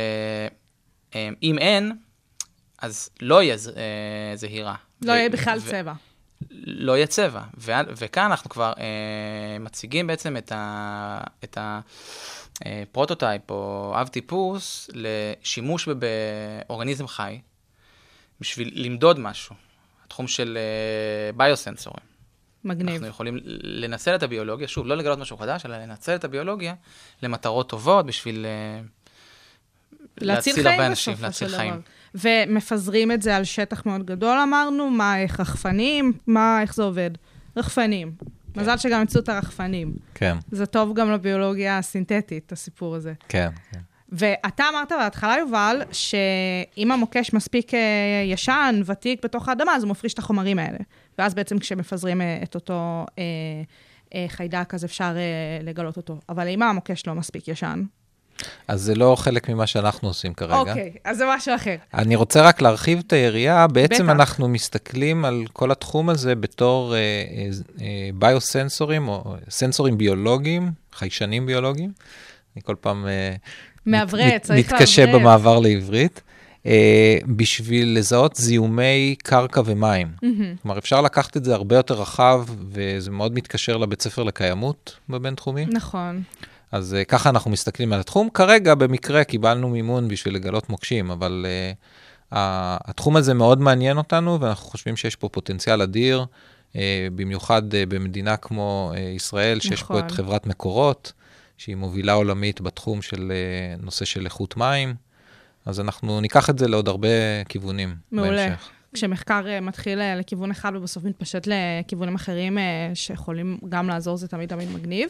אין, אז לא יהיה זהירה. לא יהיה בכלל צבע. לא יהיה צבע. ו, וכאן אנחנו כבר אה, מציגים בעצם את, ה, את הפרוטוטייפ או אב טיפוס לשימוש באורגניזם חי, בשביל למדוד משהו. התחום של uh, ביוסנסורים. מגניב. אנחנו יכולים לנצל את הביולוגיה, שוב, לא לגלות משהו חדש, אלא לנצל את הביולוגיה למטרות טובות, בשביל uh, להציל הרבה אנשים, להציל חיים. ומפזרים את זה על שטח מאוד גדול, אמרנו, מה, איך רחפנים, מה, איך זה עובד? רחפנים. כן. מזל שגם יצאו את הרחפנים. כן. זה טוב גם לביולוגיה הסינתטית, הסיפור הזה. כן, כן. ואתה אמרת בהתחלה, יובל, שאם המוקש מספיק ישן, ותיק בתוך האדמה, אז הוא מפריש את החומרים האלה. ואז בעצם כשמפזרים את אותו אה, אה, חיידק, אז אפשר אה, לגלות אותו. אבל אם המוקש לא מספיק ישן? אז זה לא חלק ממה שאנחנו עושים כרגע. אוקיי, אז זה משהו אחר. אני רוצה רק להרחיב את היריעה. בעצם בטח. אנחנו מסתכלים על כל התחום הזה בתור אה, אה, ביוסנסורים, או סנסורים ביולוגיים, חיישנים ביולוגיים. אני כל פעם... אה, מעברת, צריך מתקשה לעברת. במעבר לעברית. בשביל לזהות זיהומי קרקע ומים. כלומר, אפשר לקחת את זה הרבה יותר רחב, וזה מאוד מתקשר לבית ספר לקיימות בבינתחומי. נכון. אז ככה אנחנו מסתכלים על התחום. כרגע, במקרה, קיבלנו מימון בשביל לגלות מוקשים, אבל uh, התחום הזה מאוד מעניין אותנו, ואנחנו חושבים שיש פה פוטנציאל אדיר, uh, במיוחד uh, במדינה כמו uh, ישראל, שיש נכון. פה את חברת מקורות, שהיא מובילה עולמית בתחום של uh, נושא של איכות מים, אז אנחנו ניקח את זה לעוד הרבה כיוונים מעולה. בהמשך. כשמחקר uh, מתחיל uh, לכיוון אחד, ובסוף מתפשט לכיוונים אחרים, uh, שיכולים גם לעזור, זה תמיד תמיד מגניב.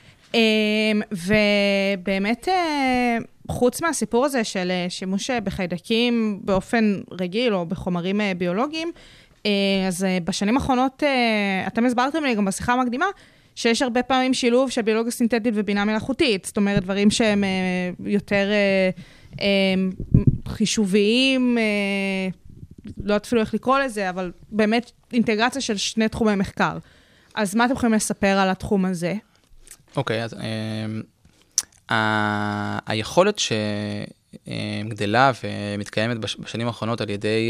ובאמת, חוץ מהסיפור הזה של שימוש בחיידקים באופן רגיל או בחומרים ביולוגיים, אז בשנים האחרונות, אתם הסברתם לי גם בשיחה המקדימה, שיש הרבה פעמים שילוב של ביולוגיה סינתטית ובינה מלאכותית, זאת אומרת, דברים שהם יותר חישוביים, לא יודעת אפילו איך לקרוא לזה, אבל באמת אינטגרציה של שני תחומי מחקר. אז מה אתם יכולים לספר על התחום הזה? אוקיי, אז היכולת שגדלה ומתקיימת בשנים האחרונות על ידי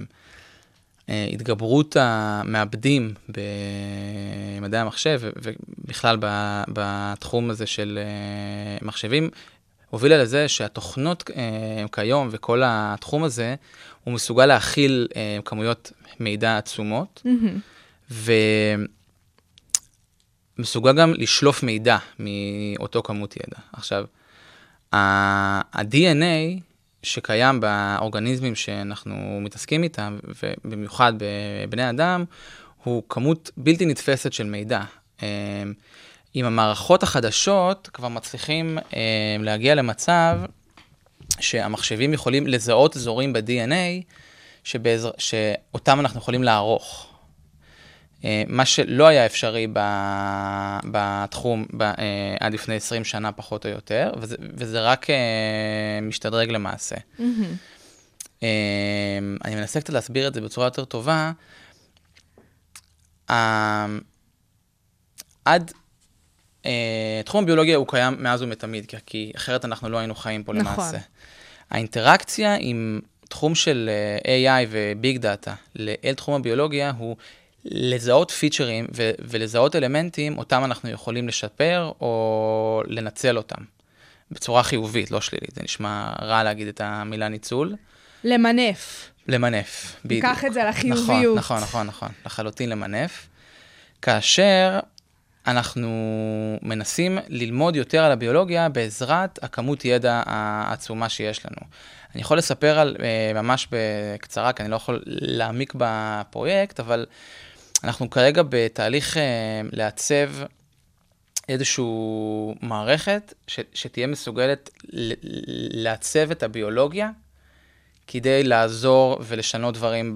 התגברות המעבדים במדעי המחשב, ובכלל בתחום הזה של מחשבים, הובילה לזה שהתוכנות כיום וכל התחום הזה, הוא מסוגל להכיל כמויות מידע עצומות, ו... מסוגל גם לשלוף מידע מאותו כמות ידע. עכשיו, ה-די אן איי שקיים באורגניזמים שאנחנו מתעסקים איתם, ובמיוחד בבני אדם, הוא כמות בלתי נתפסת של מידע. עם המערכות החדשות כבר מצליחים להגיע למצב שהמחשבים יכולים לזהות אזורים ב-די אן איי שבעזר... שאותם אנחנו יכולים לערוך. מה שלא היה אפשרי בתחום עד לפני עשרים שנה פחות או יותר, וזה, וזה רק משתדרג למעשה. Mm-hmm. אני מנסה קצת להסביר את זה בצורה יותר טובה. עד, תחום הביולוגיה הוא קיים מאז ומתמיד, כי אחרת אנחנו לא היינו חיים פה למעשה. נכון. האינטראקציה עם תחום של איי איי וביג דאטה אל תחום הביולוגיה הוא לזהות פיצ'רים ו- ולזהות אלמנטים, אותם אנחנו יכולים לשפר או לנצל אותם. בצורה חיובית, לא שלילית. זה נשמע רע להגיד את המילה ניצול. למנף. למנף, בדיוק. ניקח את זה לחיוביות. נכון, נכון, נכון, נכון. לחלוטין למנף. כאשר אנחנו מנסים ללמוד יותר על הביולוגיה בעזרת הכמות ידע העצומה שיש לנו. אני יכול לספר על, ממש בקצרה, כי אני לא יכול להעמיק בפרויקט, אבל אנחנו כרגע בתהליך לעצב איזושהי מערכת ש, שתהיה מסוגלת לעצב את הביולוגיה, כדי לעזור ולשנות דברים ב,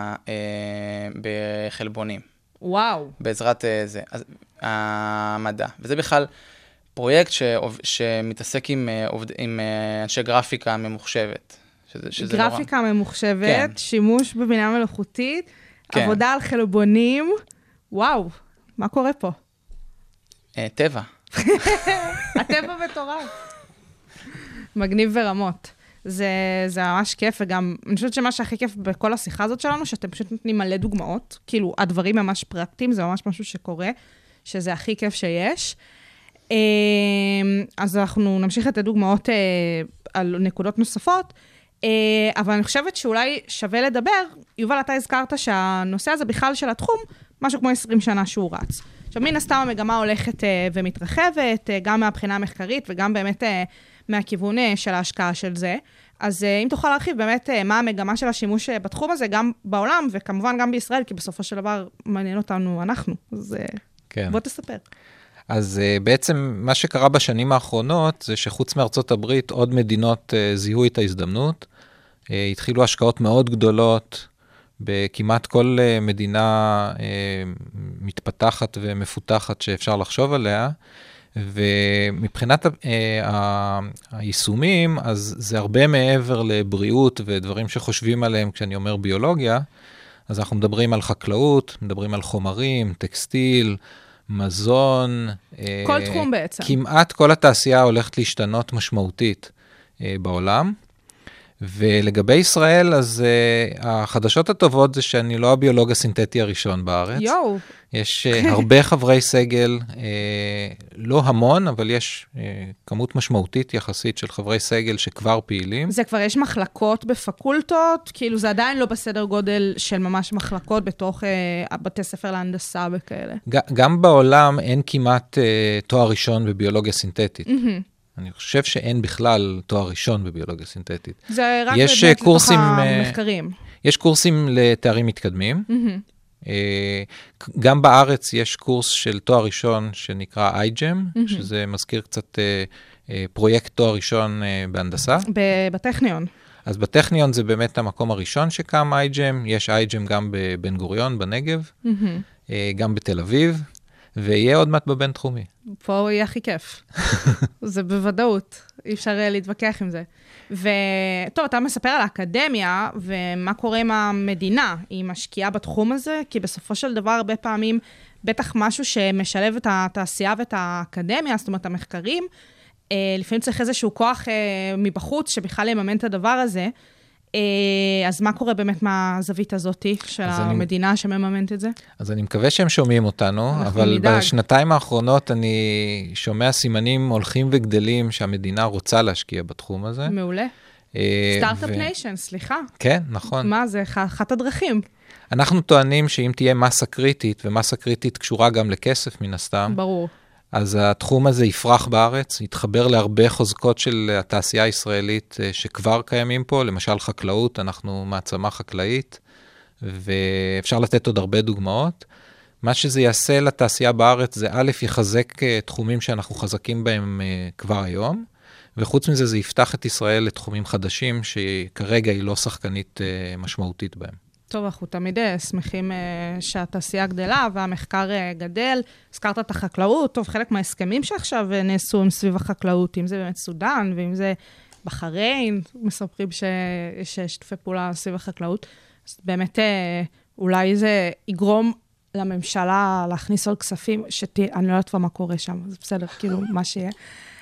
בחלבונים. וואו. בעזרת זה, המדע. וזה בכלל פרויקט ש, שמתעסק עם, עם אנשי גרפיקה ממוחשבת. שזה, שזה גרפיקה נורא. ממוחשבת, כן. שימוש בבינה מלאכותית, כן. עבודה על חלבונים. וואו, מה קורה פה? טבע. הטבע מטורף. מגניב ורמות. זה, זה ממש כיף, וגם, אני חושבת שמה שהכי כיף בכל השיחה הזאת שלנו, שאתם פשוט נותנים מלא דוגמאות, כאילו, הדברים ממש פרקטיים, זה ממש משהו שקורה, שזה הכי כיף שיש. אז אנחנו נמשיך את הדוגמאות על נקודות נוספות, אבל אני חושבת שאולי שווה לדבר, יובל, אתה הזכרת שהנושא הזה בכלל של התחום, משהו כמו עשרים שנה שהוא רץ. עכשיו, מן הסתם המגמה הולכת ומתרחבת, גם מהבחינה המחקרית וגם באמת מהכיוון של ההשקעה של זה. אז אם תוכל להרחיב באמת מה המגמה של השימוש בתחום הזה, גם בעולם וכמובן גם בישראל, כי בסופו של דבר מעניין אותנו אנחנו. אז כן. בוא תספר. אז uh, בעצם מה שקרה בשנים האחרונות, זה שחוץ מארצות הברית, עוד מדינות uh, זיהו את ההזדמנות. Uh, התחילו השקעות מאוד גדולות, בכמעט כל uh, מדינה uh, מתפתחת ומפותחת שאפשר לחשוב עליה, ומבחינת uh, ה- היישומים, אז זה הרבה מעבר לבריאות ודברים שחושבים עליהם כשאני אומר ביולוגיה, אז אנחנו מדברים על חקלאות, מדברים על חומרים, טקסטיל, מזון. כל תחום בעצם. כמעט כל התעשייה הולכת להשתנות משמעותית בעולם, ולגבי ישראל, אז uh, החדשות הטובות זה שאני לא הביולוג הסינתטי הראשון בארץ. יואו. יש uh, הרבה חברי סגל, uh, לא המון, אבל יש uh, כמות משמעותית יחסית של חברי סגל שכבר פעילים. זה כבר יש מחלקות בפקולטות, כאילו זה עדיין לא בסדר גודל של ממש מחלקות בתוך uh, בתי ספר להנדסה וכאלה. ג- גם בעולם אין כמעט uh, תואר ראשון בביולוגיה סינתטית. Mm-hmm. אני חושב שאין בכלל תואר ראשון בביולוגיה סינתטית. זה רק יש באמת קורסים, לתוך המחקרים. יש קורסים לתארים מתקדמים. Mm-hmm. גם בארץ יש קורס של תואר ראשון שנקרא אייג'ם, mm-hmm. שזה מזכיר קצת פרויקט תואר ראשון בהנדסה. בטכניון. אז בטכניון זה באמת המקום הראשון שקם אייג'ם. יש אייג'ם גם בבן גוריון, בנגב, mm-hmm. גם בתל אביב. ויהיה עוד מעט בבין תחומי. פה יהיה הכי כיף. זה בוודאות. אי אפשר להתווכח עם זה. וטוב, אתה מספר על האקדמיה, ומה קורה עם המדינה? היא משקיעה בתחום הזה? כי בסופו של דבר, הרבה פעמים, בטח משהו שמשלב את התעשייה ואת האקדמיה, זאת אומרת, המחקרים, לפעמים צריך איזשהו כוח מבחוץ, שבכלל יממן את הדבר הזה. אז מה קורה באמת מהזווית הזאת של המדינה שמממנת את זה? אז אני מקווה שהם שומעים אותנו, אבל בשנתיים האחרונות אני שומע סימנים הולכים וגדלים שהמדינה רוצה להשקיע בתחום הזה. מעולה. סטארט-אפ ניישן, סליחה. כן, נכון. מה זה? אחת הדרכים. אנחנו טוענים שאם תהיה מסה קריטית, ומסה קריטית קשורה גם לכסף מן הסתם, ברור. אז התחום הזה יפרח בארץ, יתחבר להרבה חוזקות של התעשייה הישראלית שכבר קיימים פה, למשל חקלאות, אנחנו מעצמה חקלאית, ואפשר לתת עוד הרבה דוגמאות. מה שזה יעשה לתעשייה בארץ זה א', יחזק תחומים שאנחנו חזקים בהם כבר היום, וחוץ מזה זה יפתח את ישראל לתחומים חדשים, שכרגע היא לא שחקנית משמעותית בהם. טוב, אנחנו תמיד שמחים שהתעשייה גדלה והמחקר גדל. הזכרת את החקלאות, טוב, חלק מההסכמים שעכשיו נעשו עם סביב החקלאות, אם זה באמת סודן ואם זה בחריין, מספרים שיש שיתופי פעולה סביב החקלאות. אז באמת אולי זה יגרום לממשלה להכניס עוד כספים, שאני לא יודעת מה קורה שם, זה בסדר, כאילו, מה שיהיה.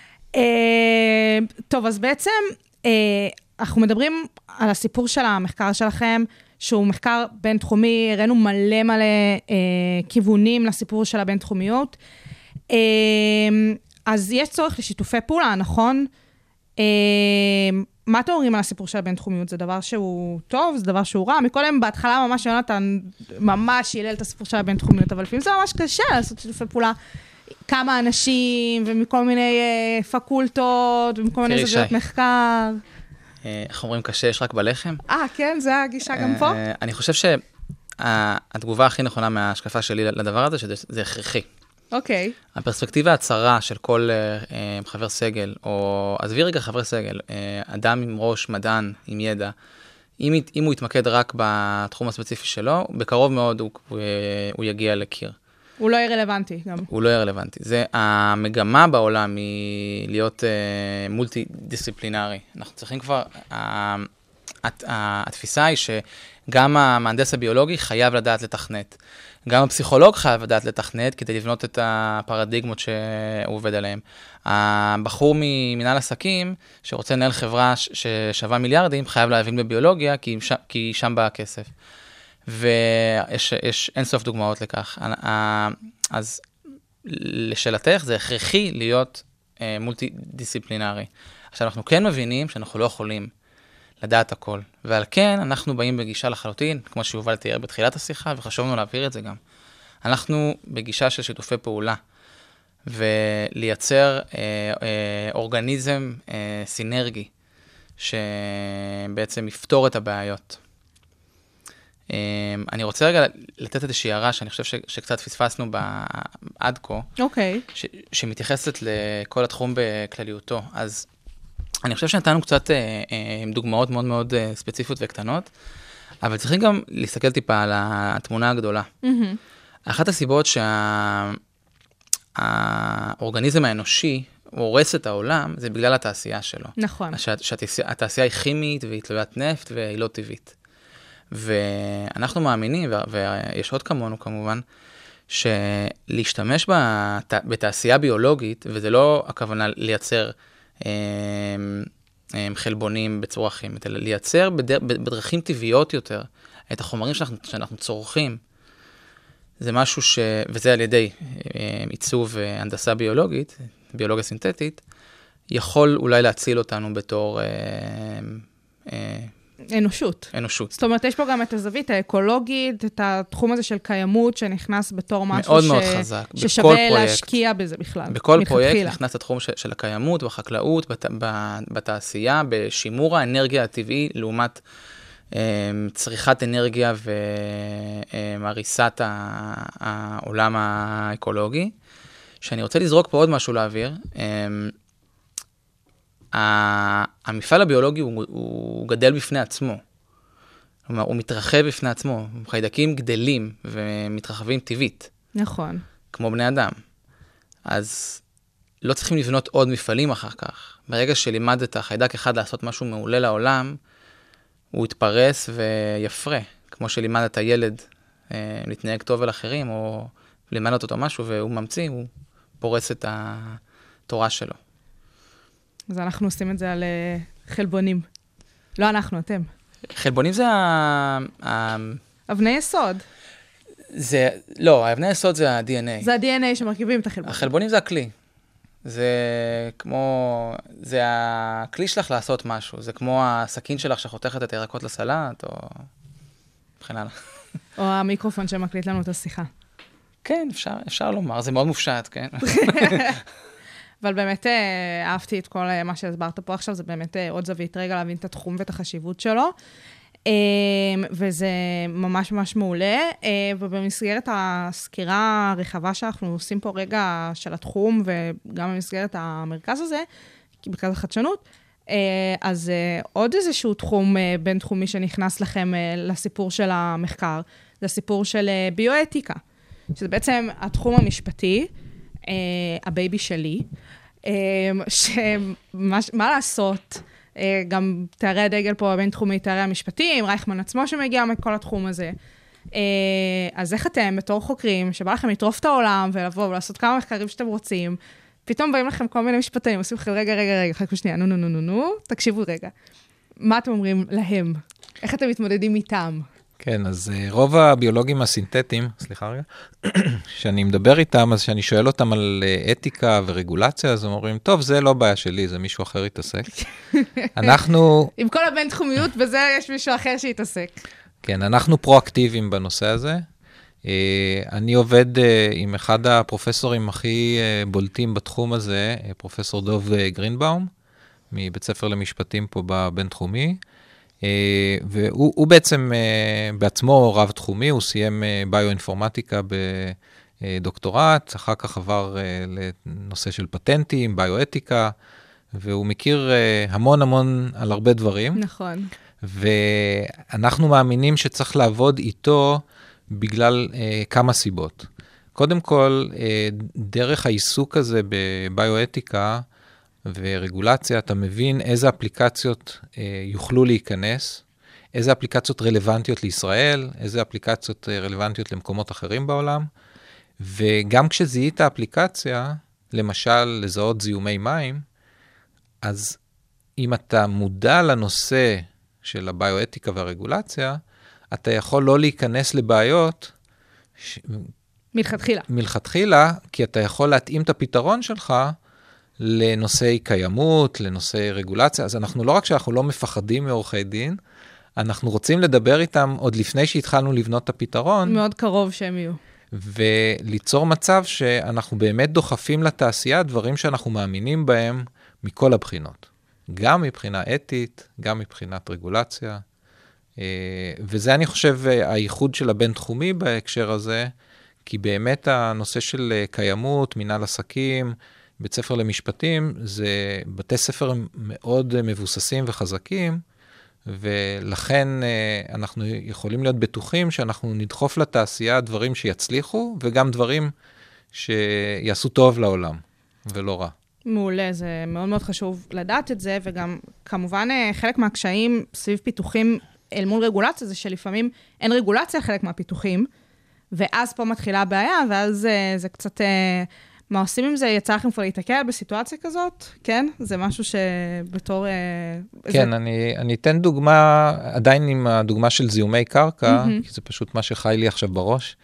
טוב, אז בעצם אנחנו מדברים על הסיפור של המחקר שלכם, שהוא מחקר בינתחומי, הראינו מלא מלא אה, כיוונים לסיפור של הבינתחומיות. אה, אז יש צורך לשיתופי פעולה, נכון? אה, מה אתם אומרים על הסיפור של הבינתחומיות? זה דבר שהוא טוב? זה דבר שהוא רע? מקודם בהתחלה ממש יונתן ממש ילל את הסיפור של הבינתחומיות, אבל לפעמים זה ממש קשה לעשות שיתופי פעולה. כמה אנשים ומכל מיני אה, פקולטות ומכל מיני זוויות מחקר. איך אומרים קשה, יש רק בלחם? אה, כן, זה הגישה גם פה? אני חושב שהתגובה הכי נכונה מההשקפה שלי לדבר הזה, שזה הכרחי. אוקיי. הפרספקטיבה הצרה של כל חבר סגל, או עזבי רגע חבר סגל, אדם עם ראש, מדען, עם ידע, אם הוא יתמקד רק בתחום הספציפי שלו, בקרוב מאוד הוא יגיע לקיר. הוא לא יהיה רלוונטי גם. הוא לא יהיה רלוונטי. זה, המגמה בעולם היא להיות uh, מולטי-דיסציפלינרי. אנחנו צריכים כבר, uh, הת, uh, התפיסה היא שגם המהנדס הביולוגי חייב לדעת לתכנת. גם הפסיכולוג חייב לדעת לתכנת כדי לבנות את הפרדיגמות שהוא עובד עליהן. הבחור ממנהל עסקים שרוצה לנהל חברה ששווה מיליארדים, חייב להבין בביולוגיה כי, ש, כי שם בא הכסף. ויש יש אינסוף דוגמאות לכך. אז לשאלתך, זה הכרחי להיות אה, מולטי-דיסציפלינרי. עכשיו, אנחנו כן מבינים שאנחנו לא יכולים לדעת הכל, ועל כן אנחנו באים בגישה לחלוטין, כמו שיובל תיאר בתחילת השיחה, וחשבנו להעביר את זה גם. אנחנו בגישה של שיתופי פעולה, ולייצר אה, אה, אורגניזם אה, סינרגי, שבעצם יפתור את הבעיות. אני רוצה רגע לתת איזושהי הערה שאני חושב ש, שקצת פספסנו עד כה, אוקיי. ש, שמתייחסת לכל התחום בכלליותו. אז אני חושב שנתנו קצת עם דוגמאות מאוד מאוד ספציפיות וקטנות, אבל צריכים גם להסתכל טיפה על התמונה הגדולה. Mm-hmm. אחת הסיבות שהאורגניזם האנושי הורס את העולם, זה בגלל התעשייה שלו. נכון. שהתעשייה היא כימית והיא תלוית נפט והיא לא טבעית. ואנחנו מאמינים, ויש עוד כמונו כמובן, שלהשתמש בת... בתעשייה ביולוגית, וזה לא הכוונה לייצר אה, חלבונים בצורה כימית, אלא לייצר בדרכים טבעיות יותר את החומרים שאנחנו, שאנחנו צורכים. זה משהו ש... וזה על ידי עיצוב הנדסה ביולוגית, ביולוגיה סינתטית, יכול אולי להציל אותנו בתור... אנושות. אנושות. זאת אומרת, יש פה גם את הזווית האקולוגית, את התחום הזה של קיימות שנכנס בתור משהו מאוד ש... מאוד חזק. ששווה להשקיע בזה בכלל. בכל פרויקט נכנס התחום של, של הקיימות, בחקלאות, בת, בתעשייה, בשימור האנרגיה הטבעי, לעומת אה, צריכת אנרגיה והריסת העולם האקולוגי. שאני רוצה לזרוק פה עוד משהו לאוויר. אה, המפעל הביולוגי הוא, הוא גדל בפני עצמו. כלומר, הוא מתרחב בפני עצמו. חיידקים גדלים ומתרחבים טבעית. נכון. כמו בני אדם. אז לא צריכים לבנות עוד מפעלים אחר כך. ברגע שלימדת חיידק אחד לעשות משהו מעולה לעולם, הוא יתפרס ויפרה. כמו שלימדת ילד אה, להתנהג טוב אל אחרים, או לימדת אותו משהו והוא ממציא, הוא פורס את התורה שלו. אז אנחנו עושים את זה על uh, חלבונים. לא אנחנו, אתם. חלבונים זה ה... ה... אבני יסוד. זה... לא, האבני יסוד זה ה-די אן איי. זה ה-די אן איי שמרכיבים את החלבונים. החלבונים זה הכלי. זה כמו... זה הכלי שלך לעשות משהו. זה כמו הסכין שלך שחותכת את הירקות לסלט, או... בכן הלאה. או המיקרופון שמקליט לנו את השיחה. כן, אפשר, אפשר לומר. זה מאוד מופשט, כן? אבל באמת אהבתי את כל מה שהסברת פה עכשיו, זה באמת עוד זווית רגע להבין את התחום ואת החשיבות שלו, וזה ממש ממש מעולה, ובמסגרת הסקירה הרחבה שאנחנו עושים פה רגע של התחום, וגם במסגרת המרכז הזה, מרכז החדשנות, אז עוד איזשהו תחום בין-תחומי שנכנס לכם לסיפור של המחקר, זה הסיפור של ביואתיקה, שזה בעצם התחום המשפטי, Uh, הבייבי שלי, uh, שמה לעשות, uh, גם תארי הדגל פה בין תחומי תארי המשפטים, רייכמן עצמו שמגיע מכל התחום הזה. Uh, אז איך אתם, בתור חוקרים, שבא לכם לטרוף את העולם ולבוא ולעשות כמה מחקרים שאתם רוצים, פתאום באים לכם כל מיני משפטים, עושים לכם רגע, רגע, רגע, חכו שנייה, נו, נו, נו, נו, נו, תקשיבו רגע. מה אתם אומרים להם? איך אתם מתמודדים איתם? כן, אז רוב הביולוגים הסינתטיים, סליחה רגע, שאני מדבר איתם, אז שאני שואל אותם על אתיקה ורגולציה, אז הם אומרים, טוב, זה לא בעיה שלי, זה מישהו אחר יתעסק. אנחנו... עם כל הבן תחומיות, בזה יש מישהו אחר שיתעסק. כן, אנחנו פרואקטיביים בנושא הזה. אני עובד עם אחד הפרופסורים הכי בולטים בתחום הזה, פרופסור דוב גרינבאום, מבית ספר למשפטים פה בבין תחומי, והוא בעצם בעצמו רב תחומי, הוא סיים ביואינפורמטיקה בדוקטורט, אחר כך עבר לנושא של פטנטים, ביואתיקה, והוא מכיר המון המון על הרבה דברים. נכון. ואנחנו מאמינים שצריך לעבוד איתו בגלל כמה סיבות. קודם כל, דרך העיסוק הזה בביואתיקה, ורגולציה, אתה מבין איזה אפליקציות אה, יוכלו להיכנס, איזה אפליקציות רלוונטיות לישראל, איזה אפליקציות אה, רלוונטיות למקומות אחרים בעולם, וגם כשזיהית האפליקציה, למשל לזהות זיהומי מים, אז אם אתה מודע לנושא של הביואתיקה והרגולציה, אתה יכול לא להיכנס לבעיות, ש... מלכתחילה. מלכתחילה, כי אתה יכול להתאים את הפתרון שלך, לנושאי קיימות, לנושאי רגולציה, אז אנחנו לא רק שאנחנו לא מפחדים מעורכי דין, אנחנו רוצים לדבר איתם עוד לפני שהתחלנו לבנות את הפתרון. מאוד קרוב שהם יהיו. וליצור מצב שאנחנו באמת דוחפים לתעשייה דברים שאנחנו מאמינים בהם מכל הבחינות. גם מבחינה אתית, גם מבחינת רגולציה. וזה אני חושב הייחוד של הבינתחומי בהקשר הזה, כי באמת הנושא של קיימות, מנהל עסקים, בית ספר למשפטים, זה בתי ספר מאוד מבוססים וחזקים, ולכן אנחנו יכולים להיות בטוחים שאנחנו נדחוף לתעשייה דברים שיצליחו, וגם דברים שיעשו טוב לעולם, ולא רע. מעולה, זה מאוד מאוד חשוב לדעת את זה, וגם כמובן חלק מהקשיים סביב פיתוחים אל מול רגולציה, זה שלפעמים אין רגולציה חלק מהפיתוחים, ואז פה מתחילה הבעיה, ואז זה, זה קצת מה עושים עם זה? יצא לכם כבר להתקל בסיטואציה כזאת? כן? זה משהו שבתור... כן, אני, אני אתן דוגמה, עדיין עם הדוגמה של זיהומי קרקע, Mm-hmm. כי זה פשוט מה שחי לי עכשיו בראש.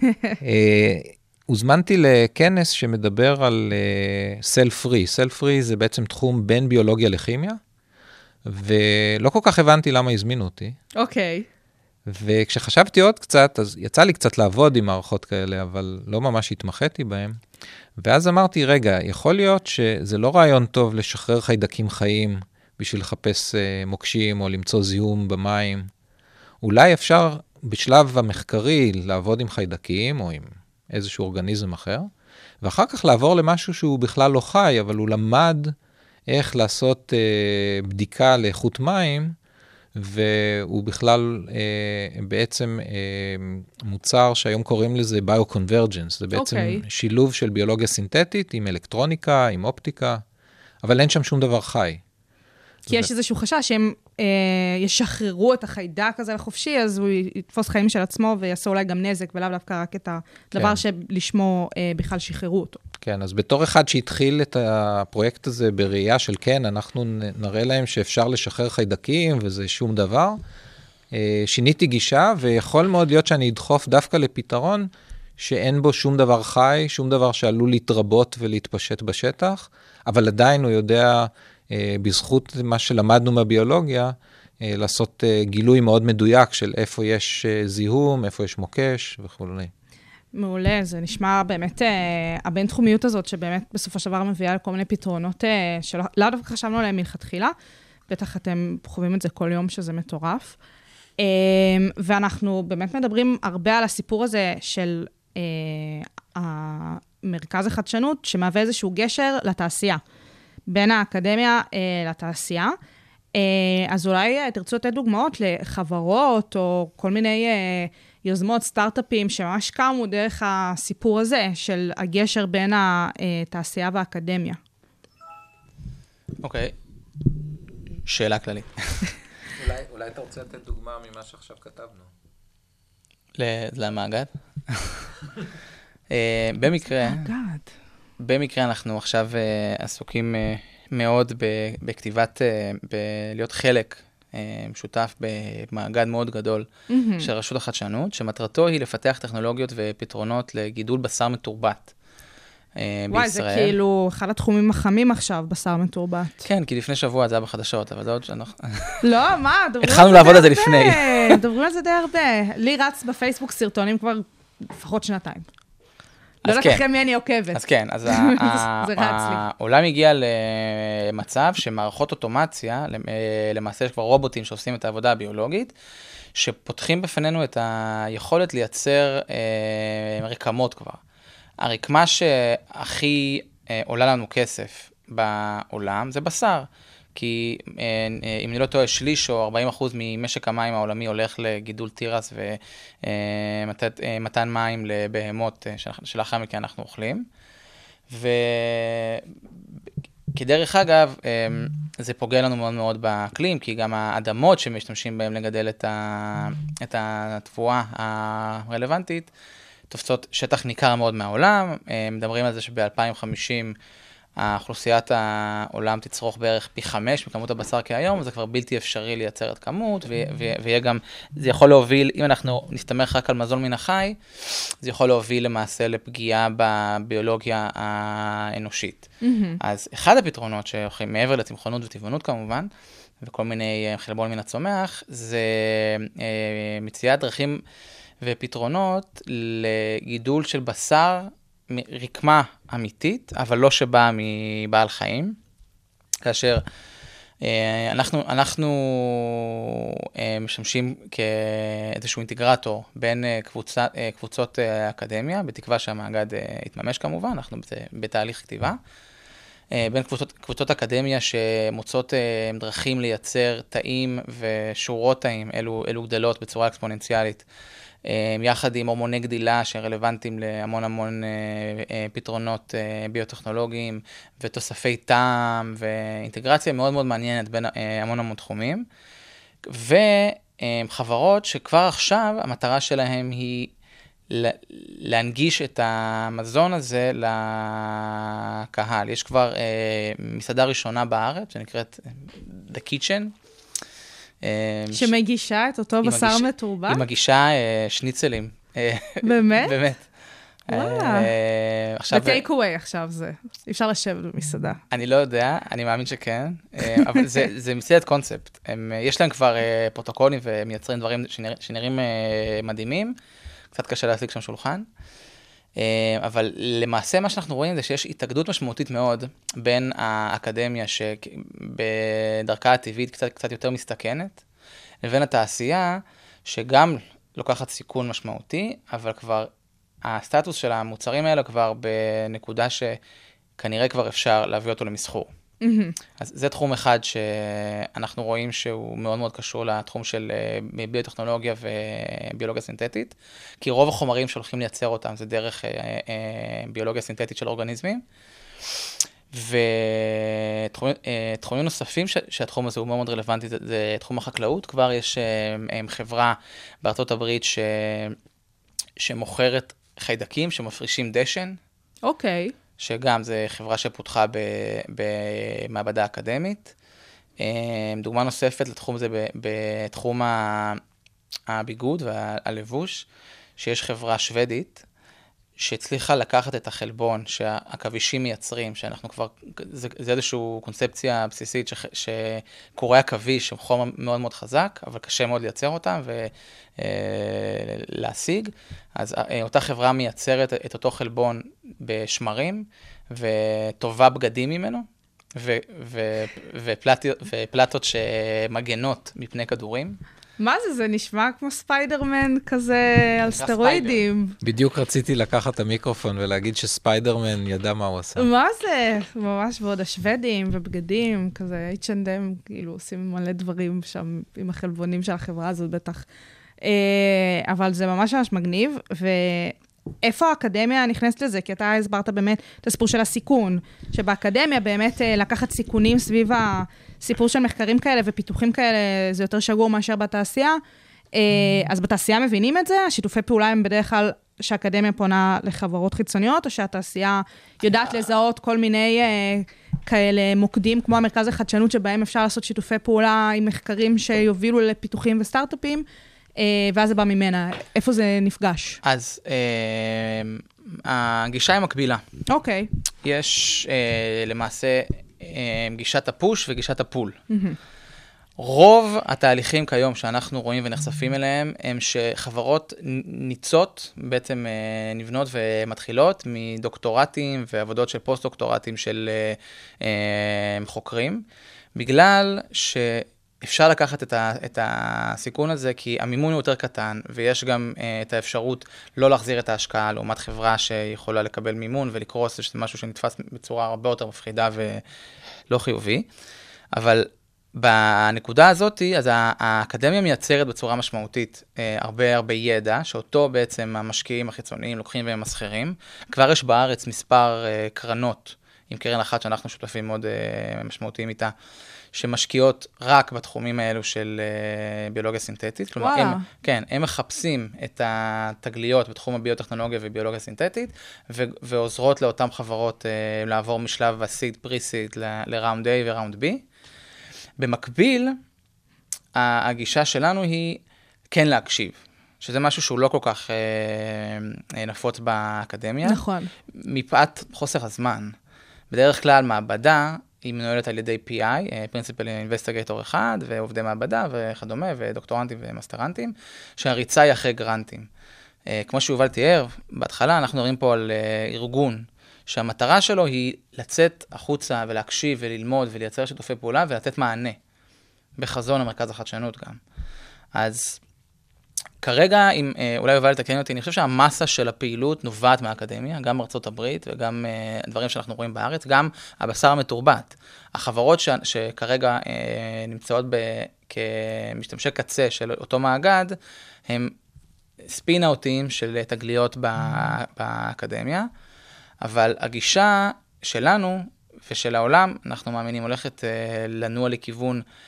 הוזמנתי לכנס שמדבר על סל-פרי. סל-פרי זה בעצם תחום בין ביולוגיה לכימיה, ולא כל כך הבנתי למה הזמינו אותי. אוקיי. וכשחשבתי עוד קצת, אז יצא לי קצת לעבוד עם מערכות כאלה, אבל לא ממש התמחיתי בהם. ואז אמרתי, רגע, יכול להיות שזה לא רעיון טוב לשחרר חיידקים חיים בשביל לחפש מוקשים או למצוא זיהום במים. אולי אפשר בשלב המחקרי לעבוד עם חיידקים או עם איזשהו אורגניזם אחר, ואחר כך לעבור למשהו שהוא בכלל לא חי, אבל הוא למד איך לעשות אה, בדיקה לאיכות מים, והוא בכלל אה, בעצם אה, מוצר שהיום קוראים לזה ביו-קונברג'נס, זה בעצם okay. שילוב של ביולוגיה סינתטית עם אלקטרוניקה, עם אופטיקה, אבל אין שם שום דבר חי. כי ו... יש איזשהו חשש שהם אה, ישחררו את החיידק הזה לחופשי, אז הוא יתפוס חיים של עצמו ויעשה אולי גם נזק, ולאו דווקא רק את הדבר כן. שלשמו אה, בכלל שחררו אותו. כן, אז בתור אחד שהתחיל את הפרויקט הזה בראייה של כן, אנחנו נראה להם שאפשר לשחרר חיידקים וזה שום דבר, אה, שיניתי גישה, ויכול מאוד להיות שאני אדחוף דווקא לפתרון שאין בו שום דבר חי, שום דבר שעלול להתרבות ולהתפשט בשטח, אבל עדיין הוא יודע... בזכות מה שלמדנו מהביולוגיה, לעשות גילוי מאוד מדויק של איפה יש זיהום, איפה יש מוקש וכו'. מעולה, זה נשמע באמת, הבינתחומיות הזאת, שבאמת בסופו של דבר מביאה לכל מיני פתרונות שלא דווקא חשבנו עליהם מלכתחילה, בטח אתם חווים את זה כל יום שזה מטורף. ואנחנו באמת מדברים הרבה על הסיפור הזה של המרכז החדשנות, שמהווה איזשהו גשר לתעשייה. בין האקדמיה אה, לתעשייה. אה, אז אולי אה, תרצו לתת דוגמאות לחברות או כל מיני אה, יוזמות, סטארט-אפים שממש קמו דרך הסיפור הזה של הגשר בין התעשייה והאקדמיה. אוקיי. שאלה כללית. אולי, אולי אתה רוצה לתת דוגמה ממה שעכשיו כתבנו? למאגד? אה, במקרה... מאגד. במקרה אנחנו עכשיו uh, עסוקים uh, מאוד בכתיבת, uh, בלהיות חלק uh, משותף במאגד מאוד גדול mm-hmm. של רשות החדשנות, שמטרתו היא לפתח טכנולוגיות ופתרונות לגידול בשר מתורבת uh, וואי, בישראל. זה כאילו אחד התחומים החמים עכשיו, בשר מתורבת. כן, כי לפני שבוע זה היה בחדשות, אבל זה עוד שאנחנו... לא, מה? התחלנו לעבוד על זה לפני. דברים על זה די הרבה. לי רץ בפייסבוק סרטונים כבר לפחות שנתיים. לא יודעת לכם מי אני עוקבת. אז כן, אז העולם הגיע למצב שמערכות אוטומציה, למעשה יש כבר רובוטים שעושים את העבודה הביולוגית, שפותחים בפנינו את היכולת לייצר רקמות כבר. הרקמה שהכי עולה לנו כסף בעולם זה בשר, כי אם אני לא טועה, שליש או ארבעים אחוז ממשק המים העולמי הולך לגידול תירס ומתן מים לבהמות שלאחר מכן אנחנו אוכלים. וכדרך אגב, זה פוגע לנו מאוד מאוד באקלים, כי גם האדמות שמשתמשים בהם לגדל את התבואה הרלוונטית, תופסות שטח ניכר מאוד מהעולם. מדברים על זה שב-אלפיים וחמישים האוכלוסיית העולם תצרוך בערך פי חמש מכמות הבשר כהיום, זה כבר בלתי אפשרי לייצר את כמות, ויהיה גם, זה יכול להוביל, אם אנחנו נסתמך רק על מזון מן החי, זה יכול להוביל למעשה לפגיעה בביולוגיה האנושית. Mm-hmm. אז אחד הפתרונות שהולכים מעבר לצמחונות וטבעונות כמובן, וכל מיני חלבון מן הצומח, זה מציאת דרכים ופתרונות לגידול של בשר, רקמה אמיתית, אבל לא שבאה מבעל חיים, כאשר אה, אנחנו, אנחנו אה, משמשים כאיזשהו אינטגרטור בין אה, קבוצה, אה, קבוצות אה, אקדמיה, בתקווה שהמאגד אה, יתממש כמובן, אנחנו בת, בתהליך כתיבה, אה, בין קבוצות, קבוצות אקדמיה שמוצאות אה, דרכים לייצר תאים ושורות תאים, אלו, אלו גדלות בצורה אקספוננציאלית, יחד עם הורמוני גדילה שרלוונטיים להמון המון פתרונות ביוטכנולוגיים ותוספי טעם ואינטגרציה מאוד מאוד מעניינת בין המון המון תחומים. וחברות שכבר עכשיו המטרה שלהם היא להנגיש את המזון הזה לקהל. יש כבר מסעדה ראשונה בארץ, שנקראת The Kitchen. שמגישה את אותו בשר מתורבת? היא מגישה שניצלים. באמת? באמת. וואלה. בטייק אווי עכשיו זה. אפשר לשבת במסעדה. אני לא יודע, אני מאמין שכן, אבל זה מסעדת קונספט. יש להם כבר פרוטוקולים ומייצרים דברים שנראים מדהימים. קצת קשה להשיג שם שולחן. אבל למעשה מה שאנחנו רואים זה שיש התאגדות משמעותית מאוד בין האקדמיה שבדרכה הטבעית קצת, קצת יותר מסתכנת, לבין התעשייה שגם לוקחת סיכון משמעותי, אבל כבר הסטטוס של המוצרים האלה כבר בנקודה שכנראה כבר אפשר להביא אותו למסחור. Mm-hmm. אז זה תחום אחד שאנחנו רואים שהוא מאוד מאוד קשור לתחום של ביוטכנולוגיה וביולוגיה סינתטית, כי רוב החומרים שהולכים לייצר אותם זה דרך ביולוגיה סינתטית של אורגניזמים, ותחומים נוספים שהתחום הזה הוא מאוד מאוד רלוונטי, זה תחום החקלאות. כבר יש חברה בארצות הברית ש... שמוכרת חיידקים שמפרישים דשן. אוקיי. Okay. שגם זו חברה שפותחה במעבדה אקדמית. דוגמה נוספת לתחום הזה בתחום הביגוד והלבוש, שיש חברה שוודית שהצליחה לקחת את החלבון שהעכבישים מייצרים, שאנחנו כבר, זה, זה איזושהי קונספציה בסיסית שקורי עכביש הם חומר מאוד מאוד חזק, אבל קשה מאוד לייצר אותם ולהשיג. אז אותה חברה מייצרת את אותו חלבון בשמרים, וטובה בגדים ממנו, ו, ו, ופלטיות, ופלטות שמגנות מפני כדורים. מה זה? זה נשמע כמו ספיידרמן כזה על סטרואידים. בדיוק רציתי לקחת את המיקרופון ולהגיד שספיידרמן ידע מה הוא עשה. מה זה? ממש, ועוד השוודים ובגדים, כזה אייץ' אנד אם, כאילו עושים מלא דברים שם עם החלבונים של החברה הזאת בטח. אבל זה ממש ממש מגניב, ואיפה האקדמיה נכנסת לזה? כי אתה הסברת באמת את הסיפור של הסיכון, שבאקדמיה באמת לקחת סיכונים סביב הסיפור של מחקרים כאלה ופיתוחים כאלה, זה יותר שגור מאשר בתעשייה. אז בתעשייה מבינים את זה? השיתופי פעולה הם בדרך כלל שהאקדמיה פונה לחברות חיצוניות, או שהתעשייה יודעת לזהות כל מיני כאלה מוקדים, כמו המרכז החדשנות, שבהם אפשר לעשות שיתופי פעולה עם מחקרים שיובילו לפיתוחים וסטארט-אפים, ואז זה בא ממנה. איפה זה נפגש? אז הגישה היא מקבילה. אוקיי. יש למעשה גישת הפוש וגישת הפול. רוב התהליכים כיום שאנחנו רואים ונחשפים אליהם, הם שחברות ניצות, בעצם נבנות ומתחילות מדוקטורטים ועבודות של פוסט-דוקטורטים של חוקרים, בגלל ש... אפשר לקחת את, ה, את הסיכון הזה, כי המימון הוא יותר קטן, ויש גם uh, את האפשרות לא להחזיר את ההשקעה, לעומת חברה שיכולה לקבל מימון ולקרוס, שזה משהו שנתפס בצורה הרבה יותר מפחידה ולא חיובי. אבל בנקודה הזאת, אז האקדמיה מייצרת בצורה משמעותית uh, הרבה הרבה ידע, שאותו בעצם המשקיעים החיצוניים לוקחים ומסחרים. כבר יש בארץ מספר uh, קרנות, עם קרן אחת שאנחנו שותפים מאוד uh, משמעותיים איתה, שמשקיעות רק בתחומים האלו של uh, ביולוגיה סינתטית. כלומר, הם, כן, הם מחפשים את התגליות בתחום הביוטכנולוגיה וביולוגיה סינתטית, ו- ועוזרות לאותן חברות uh, לעבור משלב הסיד, פרי-סיד, ל-ראונד A וראונד B. במקביל, הגישה שלנו היא כן להקשיב, שזה משהו שהוא לא כל כך uh, נפוץ באקדמיה. נכון. מפאת חוסר הזמן. בדרך כלל מעבדה, היא מנוהלת על ידי פי איי, Principal Investigator אחד, ועובדי מעבדה וכדומה, ודוקטורנטים ומסטרנטים, שהריצה היא אחרי גרנטים. כמו שיובל תיאר, בהתחלה אנחנו מדברים פה על ארגון, שהמטרה שלו היא לצאת החוצה ולהקשיב וללמוד ולייצר שיתופי פעולה ולתת מענה, בחזון המרכז החדשנות גם. אז כרגע, אם אולי יובל לתקן אותי, אני חושב שהמסה של הפעילות נובעת מהאקדמיה, גם בארצות הברית וגם דברים שאנחנו רואים בארץ, גם הבשר המתורבת. החברות ש, שכרגע נמצאות ב, כמשתמשי קצה של אותו מאגד, הם ספין-אוטים של תגליות באקדמיה, אבל הגישה שלנו ושל העולם, אנחנו מאמינים, הולכת לנוע לכיוון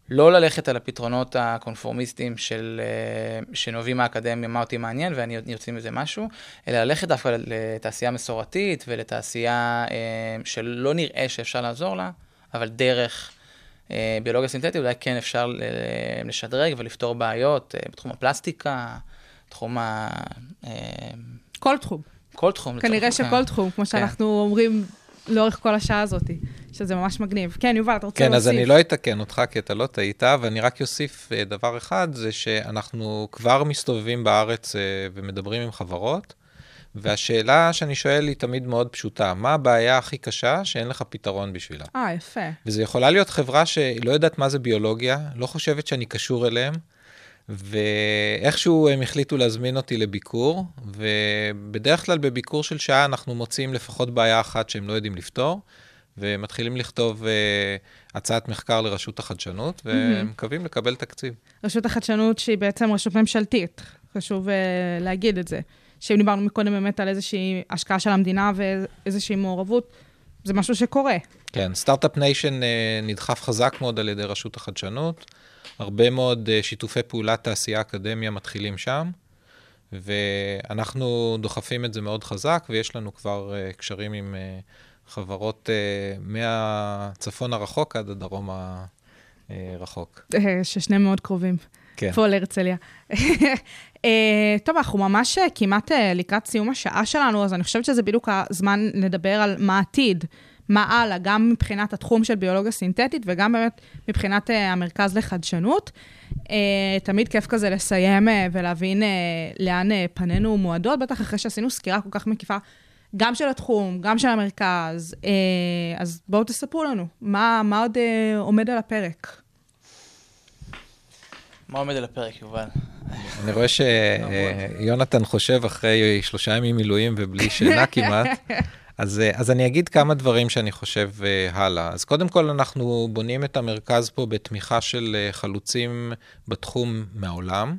לא ללכת על הפתרונות הקונפורמיסטיים של, שנובעים מהאקדמיה, מה אותי מעניין, ואני יוצאים מזה משהו, אלא ללכת דווקא לתעשייה מסורתית, ולתעשייה שלא נראה שאפשר לעזור לה, אבל דרך ביולוגיה סינתטית, אולי כן אפשר לשדרג ולפתור בעיות בתחום הפלסטיקה, תחום ה... כל תחום. כל תחום. כנראה שכל תחום, כמו שאנחנו אומרים לאורך כל השעה הזאת, שזה ממש מגניב. כן, יובל, אתה רוצה להוסיף? כן, אז אני לא אתקן אותך, כי אתה לא טעית, ואני רק אוסיף דבר אחד, זה שאנחנו כבר מסתובבים בארץ ומדברים עם חברות, והשאלה שאני שואל היא תמיד מאוד פשוטה, מה הבעיה הכי קשה שאין לך פתרון בשבילה? אה, יפה. וזה יכולה להיות חברה שלא יודעת מה זה ביולוגיה, לא חושבת שאני קשור אליהם, ואיכשהו הם החליטו להזמין אותי לביקור, ובדרך כלל בביקור של שעה אנחנו מוצאים לפחות בעיה אחת שהם לא יודעים לפתור, ומתחילים לכתוב uh, הצעת מחקר לרשות החדשנות, ומקווים לקבל תקציב. רשות החדשנות שהיא בעצם רשות ממשלתית, חשוב uh, להגיד את זה. שאם דיברנו מקודם באמת על איזושהי השקעה של המדינה ואיזושהי מעורבות, זה משהו שקורה. כן, סטארט-אפ ניישן uh, נדחף חזק מאוד על ידי רשות החדשנות, הרבה מאוד uh, שיתופי פעולת תעשייה אקדמיה מתחילים שם, ואנחנו דוחפים את זה מאוד חזק, ויש לנו כבר uh, קשרים עם uh, חברות uh, מהצפון הרחוק עד הדרום הרחוק. ששניהם מאוד קרובים. כן. פה להרצליה. טוב, אנחנו ממש כמעט לקראת סיום השעה שלנו, אז אני חושבת שזה בדיוק הזמן לדבר על מה העתיד, מה הלאה, גם מבחינת התחום של ביולוגיה סינתטית, וגם באמת מבחינת המרכז לחדשנות. תמיד כיף כזה לסיים ולהבין לאן פנינו מועדות, בטח אחרי שעשינו סקירה כל כך מקיפה, גם של התחום, גם של המרכז. אז בואו תספרו לנו, מה, מה עוד עומד על הפרק? מה עומד על הפרק, יובל? אני רואה שיונתן חושב אחרי שלושה ימים מילואים ובלי שינה כמעט, אז, אז אני אגיד כמה דברים שאני חושב הלאה. אז קודם כל אנחנו בונים את המרכז פה בתמיכה של חלוצים בתחום מהעולם,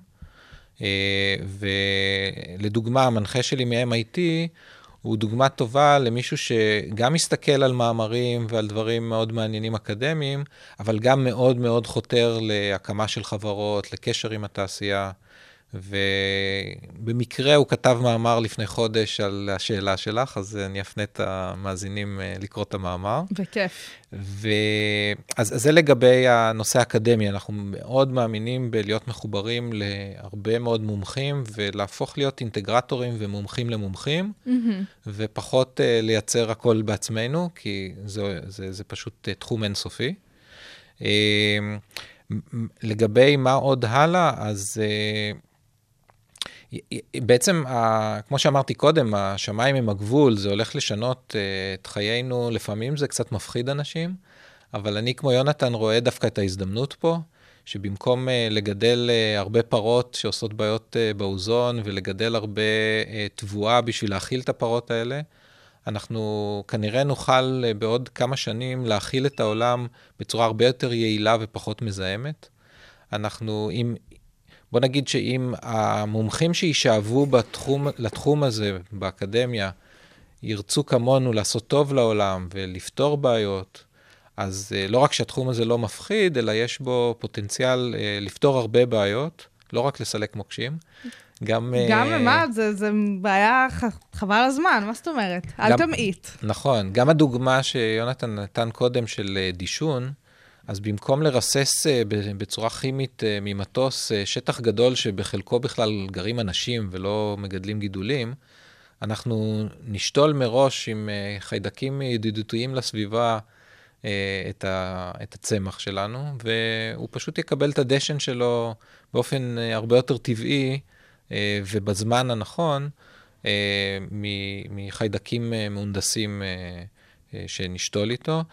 ולדוגמה, המנחה שלי מ-אם איי טי, הוא דוגמה טובה למישהו שגם מסתכל על מאמרים ועל דברים מאוד מעניינים אקדמיים, אבל גם מאוד מאוד חותר להקמה של חברות, לקשר עם התעשייה, ובמקרה הוא כתב מאמר לפני חודש על השאלה שלך, אז אני אפנה את המאזינים לקרוא את המאמר. בכיף. ו... אז, אז זה לגבי הנושא האקדמי, אנחנו מאוד מאמינים בלהיות מחוברים להרבה מאוד מומחים, ולהפוך להיות אינטגרטורים ומומחים למומחים, mm-hmm. ופחות uh, לייצר הכל בעצמנו, כי זה, זה, זה פשוט uh, תחום אינסופי. Uh, לגבי מה עוד הלאה, אז... Uh, בעצם, כמו שאמרתי קודם, השמיים עם הגבול, זה הולך לשנות את חיינו, לפעמים זה קצת מפחיד אנשים, אבל אני כמו יונתן רואה דווקא את ההזדמנות פה, שבמקום לגדל הרבה פרות שעושות בעיות באוזון, ולגדל הרבה תבואה בשביל להאכיל את הפרות האלה, אנחנו כנראה נוכל בעוד כמה שנים להאכיל את העולם בצורה הרבה יותר יעילה ופחות מזהמת. אנחנו, אם... בוא נגיד שאם המומחים שישאבו בתחום, לתחום הזה, באקדמיה, ירצו כמונו לעשות טוב לעולם ולפתור בעיות, אז לא רק שהתחום הזה לא מפחיד, אלא יש בו פוטנציאל לפתור הרבה בעיות, לא רק לסלק מוקשים. גם... גם מה? זה, זה בעיה חבל הזמן, מה זאת אומרת? אל תמעיט. נכון. גם הדוגמה שיונתן נתן קודם של דישון, אז במקום לרסס בצורה כימית ממטוס שטח גדול שבחלקו בכלל גרים אנשים ולא מגדלים גידולים, אנחנו נשתול מראש עם חיידקים ידידותיים לסביבה את הצמח שלנו, והוא פשוט יקבל את הדשן שלו באופן הרבה יותר טבעי ובזמן הנכון מחיידקים מהונדסים שנשתול איתו.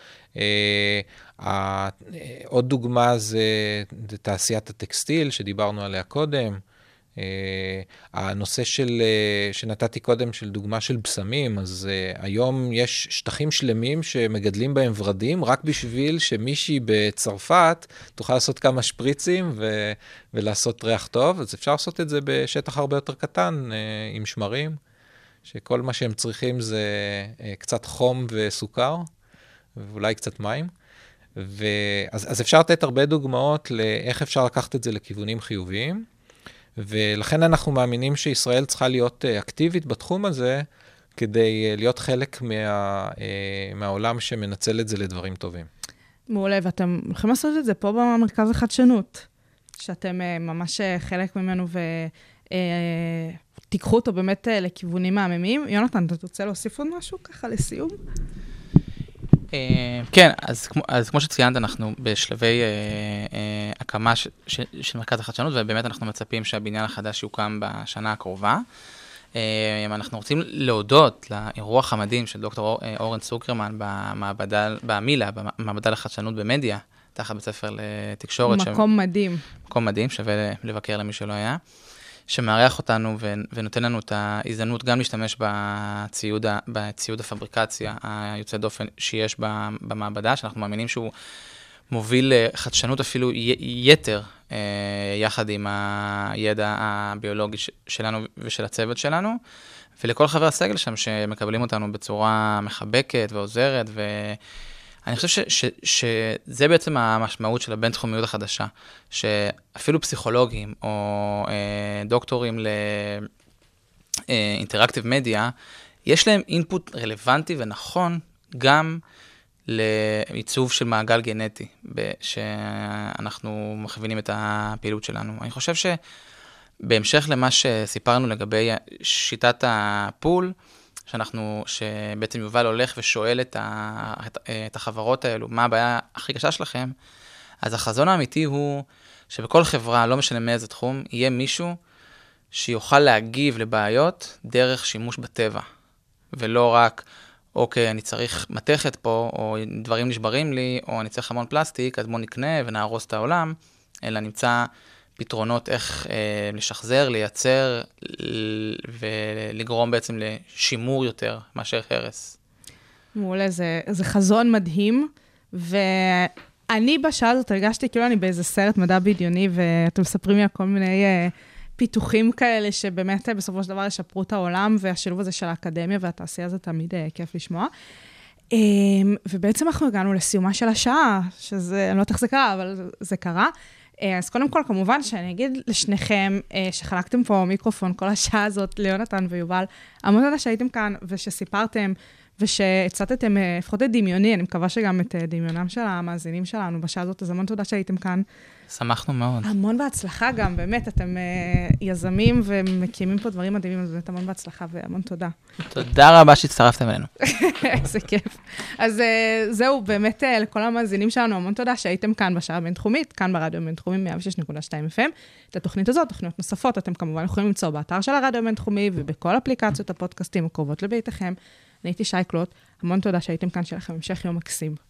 עוד דוגמה זה תעשיית הטקסטיל שדיברנו עליה קודם. הנושא של, שנתתי קודם של דוגמה של בשמים, אז היום יש שטחים שלמים שמגדלים בהם ורדים, רק בשביל שמישהי בצרפת תוכל לעשות כמה שפריצים ו, ולעשות ריח טוב. אז אפשר לעשות את זה בשטח הרבה יותר קטן עם שמרים, שכל מה שהם צריכים זה קצת חום וסוכר, ואולי קצת מים. ואז, אז אפשר לתת הרבה דוגמאות לאיך אפשר לקחת את זה לכיוונים חיוביים, ולכן אנחנו מאמינים שישראל צריכה להיות אקטיבית בתחום הזה, כדי להיות חלק מה, מהעולם שמנצל את זה לדברים טובים. מעולה, ואתם הולכים לעשות את זה פה במרכז החדשנות, שאתם ממש חלק ממנו ותיקחו אותו באמת לכיוונים מהממים. יונתן, אתה רוצה להוסיף עוד משהו ככה לסיום? כן, אז, אז כמו שציינת, אנחנו בשלבי הקמה של מרכז החדשנות, ובאמת אנחנו מצפים שהבניין החדש יוקם בשנה הקרובה. אנחנו רוצים להודות לאירוח המדהים של דוקטור אורן צוקרמן במעבדה, במילה, במעבדה לחדשנות במדיה, תחת בית ספר לתקשורת. מקום מדהים. מקום מדהים, שווה לבקר למי שלא היה. שמארח אותנו ונותן לנו את ההזדמנות גם להשתמש בציוד, בציוד הפבריקציה היוצא דופן שיש במעבדה, שאנחנו מאמינים שהוא מוביל חדשנות אפילו יתר, יחד עם הידע הביולוגי שלנו ושל הצוות שלנו, ולכל חבר הסגל שם שמקבלים אותנו בצורה מחבקת ועוזרת, ואני חושב ש, ש, שזה בעצם המשמעות של הבינתחומיות החדשה, שאפילו פסיכולוגים או אה, דוקטורים לאינטראקטיב מדיה, יש להם אינפוט רלוונטי ונכון גם לעיצוב של מעגל גנטי, שאנחנו מכווינים את הפעילות שלנו. אני חושב שבהמשך למה שסיפרנו לגבי שיטת הפול, שאנחנו, שבעצם יובל הולך ושואל את, ה, את, את החברות האלו, מה הבעיה הכי קשה שלכם, אז החזון האמיתי הוא שבכל חברה, לא משנה מאיזה תחום, יהיה מישהו שיוכל להגיב לבעיות דרך שימוש בטבע, ולא רק אוקיי, אני צריך מתכת פה, או דברים נשברים לי, או אני צריך המון פלסטיק, אז בוא נקנה ונהרוס את העולם, אלא נמצא פתרונות איך אה, לשחזר, לייצר, ולגרום בעצם לשימור יותר מאשר הרס. מעולה, זה, זה חזון מדהים, ואני בשעה הזאת הרגשתי כאילו אני באיזה סרט מדע בדיוני, ואתם מספרים לי על כל מיני אה, פיתוחים כאלה, שבאמת בסופו של דבר ישפרו את העולם, והשילוב הזה של האקדמיה והתעשייה זה תמיד אה, כיף לשמוע. אה, ובעצם אנחנו הגענו לסיומה של השעה, שזה, אני לא יודעת איך זה קרה, אבל זה, זה קרה. אז קודם כל, כמובן שאני אגיד לשניכם שחלקתם פה מיקרופון כל השעה הזאת, ליונתן ויובל, המון תודה שהייתם כאן ושסיפרתם ושהצטתם לפחות את דמיוני, אני מקווה שגם את דמיונם של המאזינים שלנו בשעה הזאת, אז המון תודה שהייתם כאן. שמחנו מאוד. המון בהצלחה גם, באמת, אתם יזמים ומקימים פה דברים מדהימים, אז באמת המון בהצלחה והמון תודה. תודה רבה שהצטרפתם אלינו. איזה כיף. אז זהו, באמת לכל המאזינים שלנו, המון תודה שהייתם כאן בשעה הבינתחומית, כאן ברדיו הבינתחומי מאה ושש נקודה שתיים אף אם. את התוכנית הזאת, תוכניות נוספות, אתם כמובן יכולים למצוא באתר של הרדיו הבינתחומי ובכל אפליקציות הפודקאסטים הקרובות לביתכם. אני הייתי שי קלוט, המון תודה שהייתם כאן, שיהיה לכם המשך יום מקסים.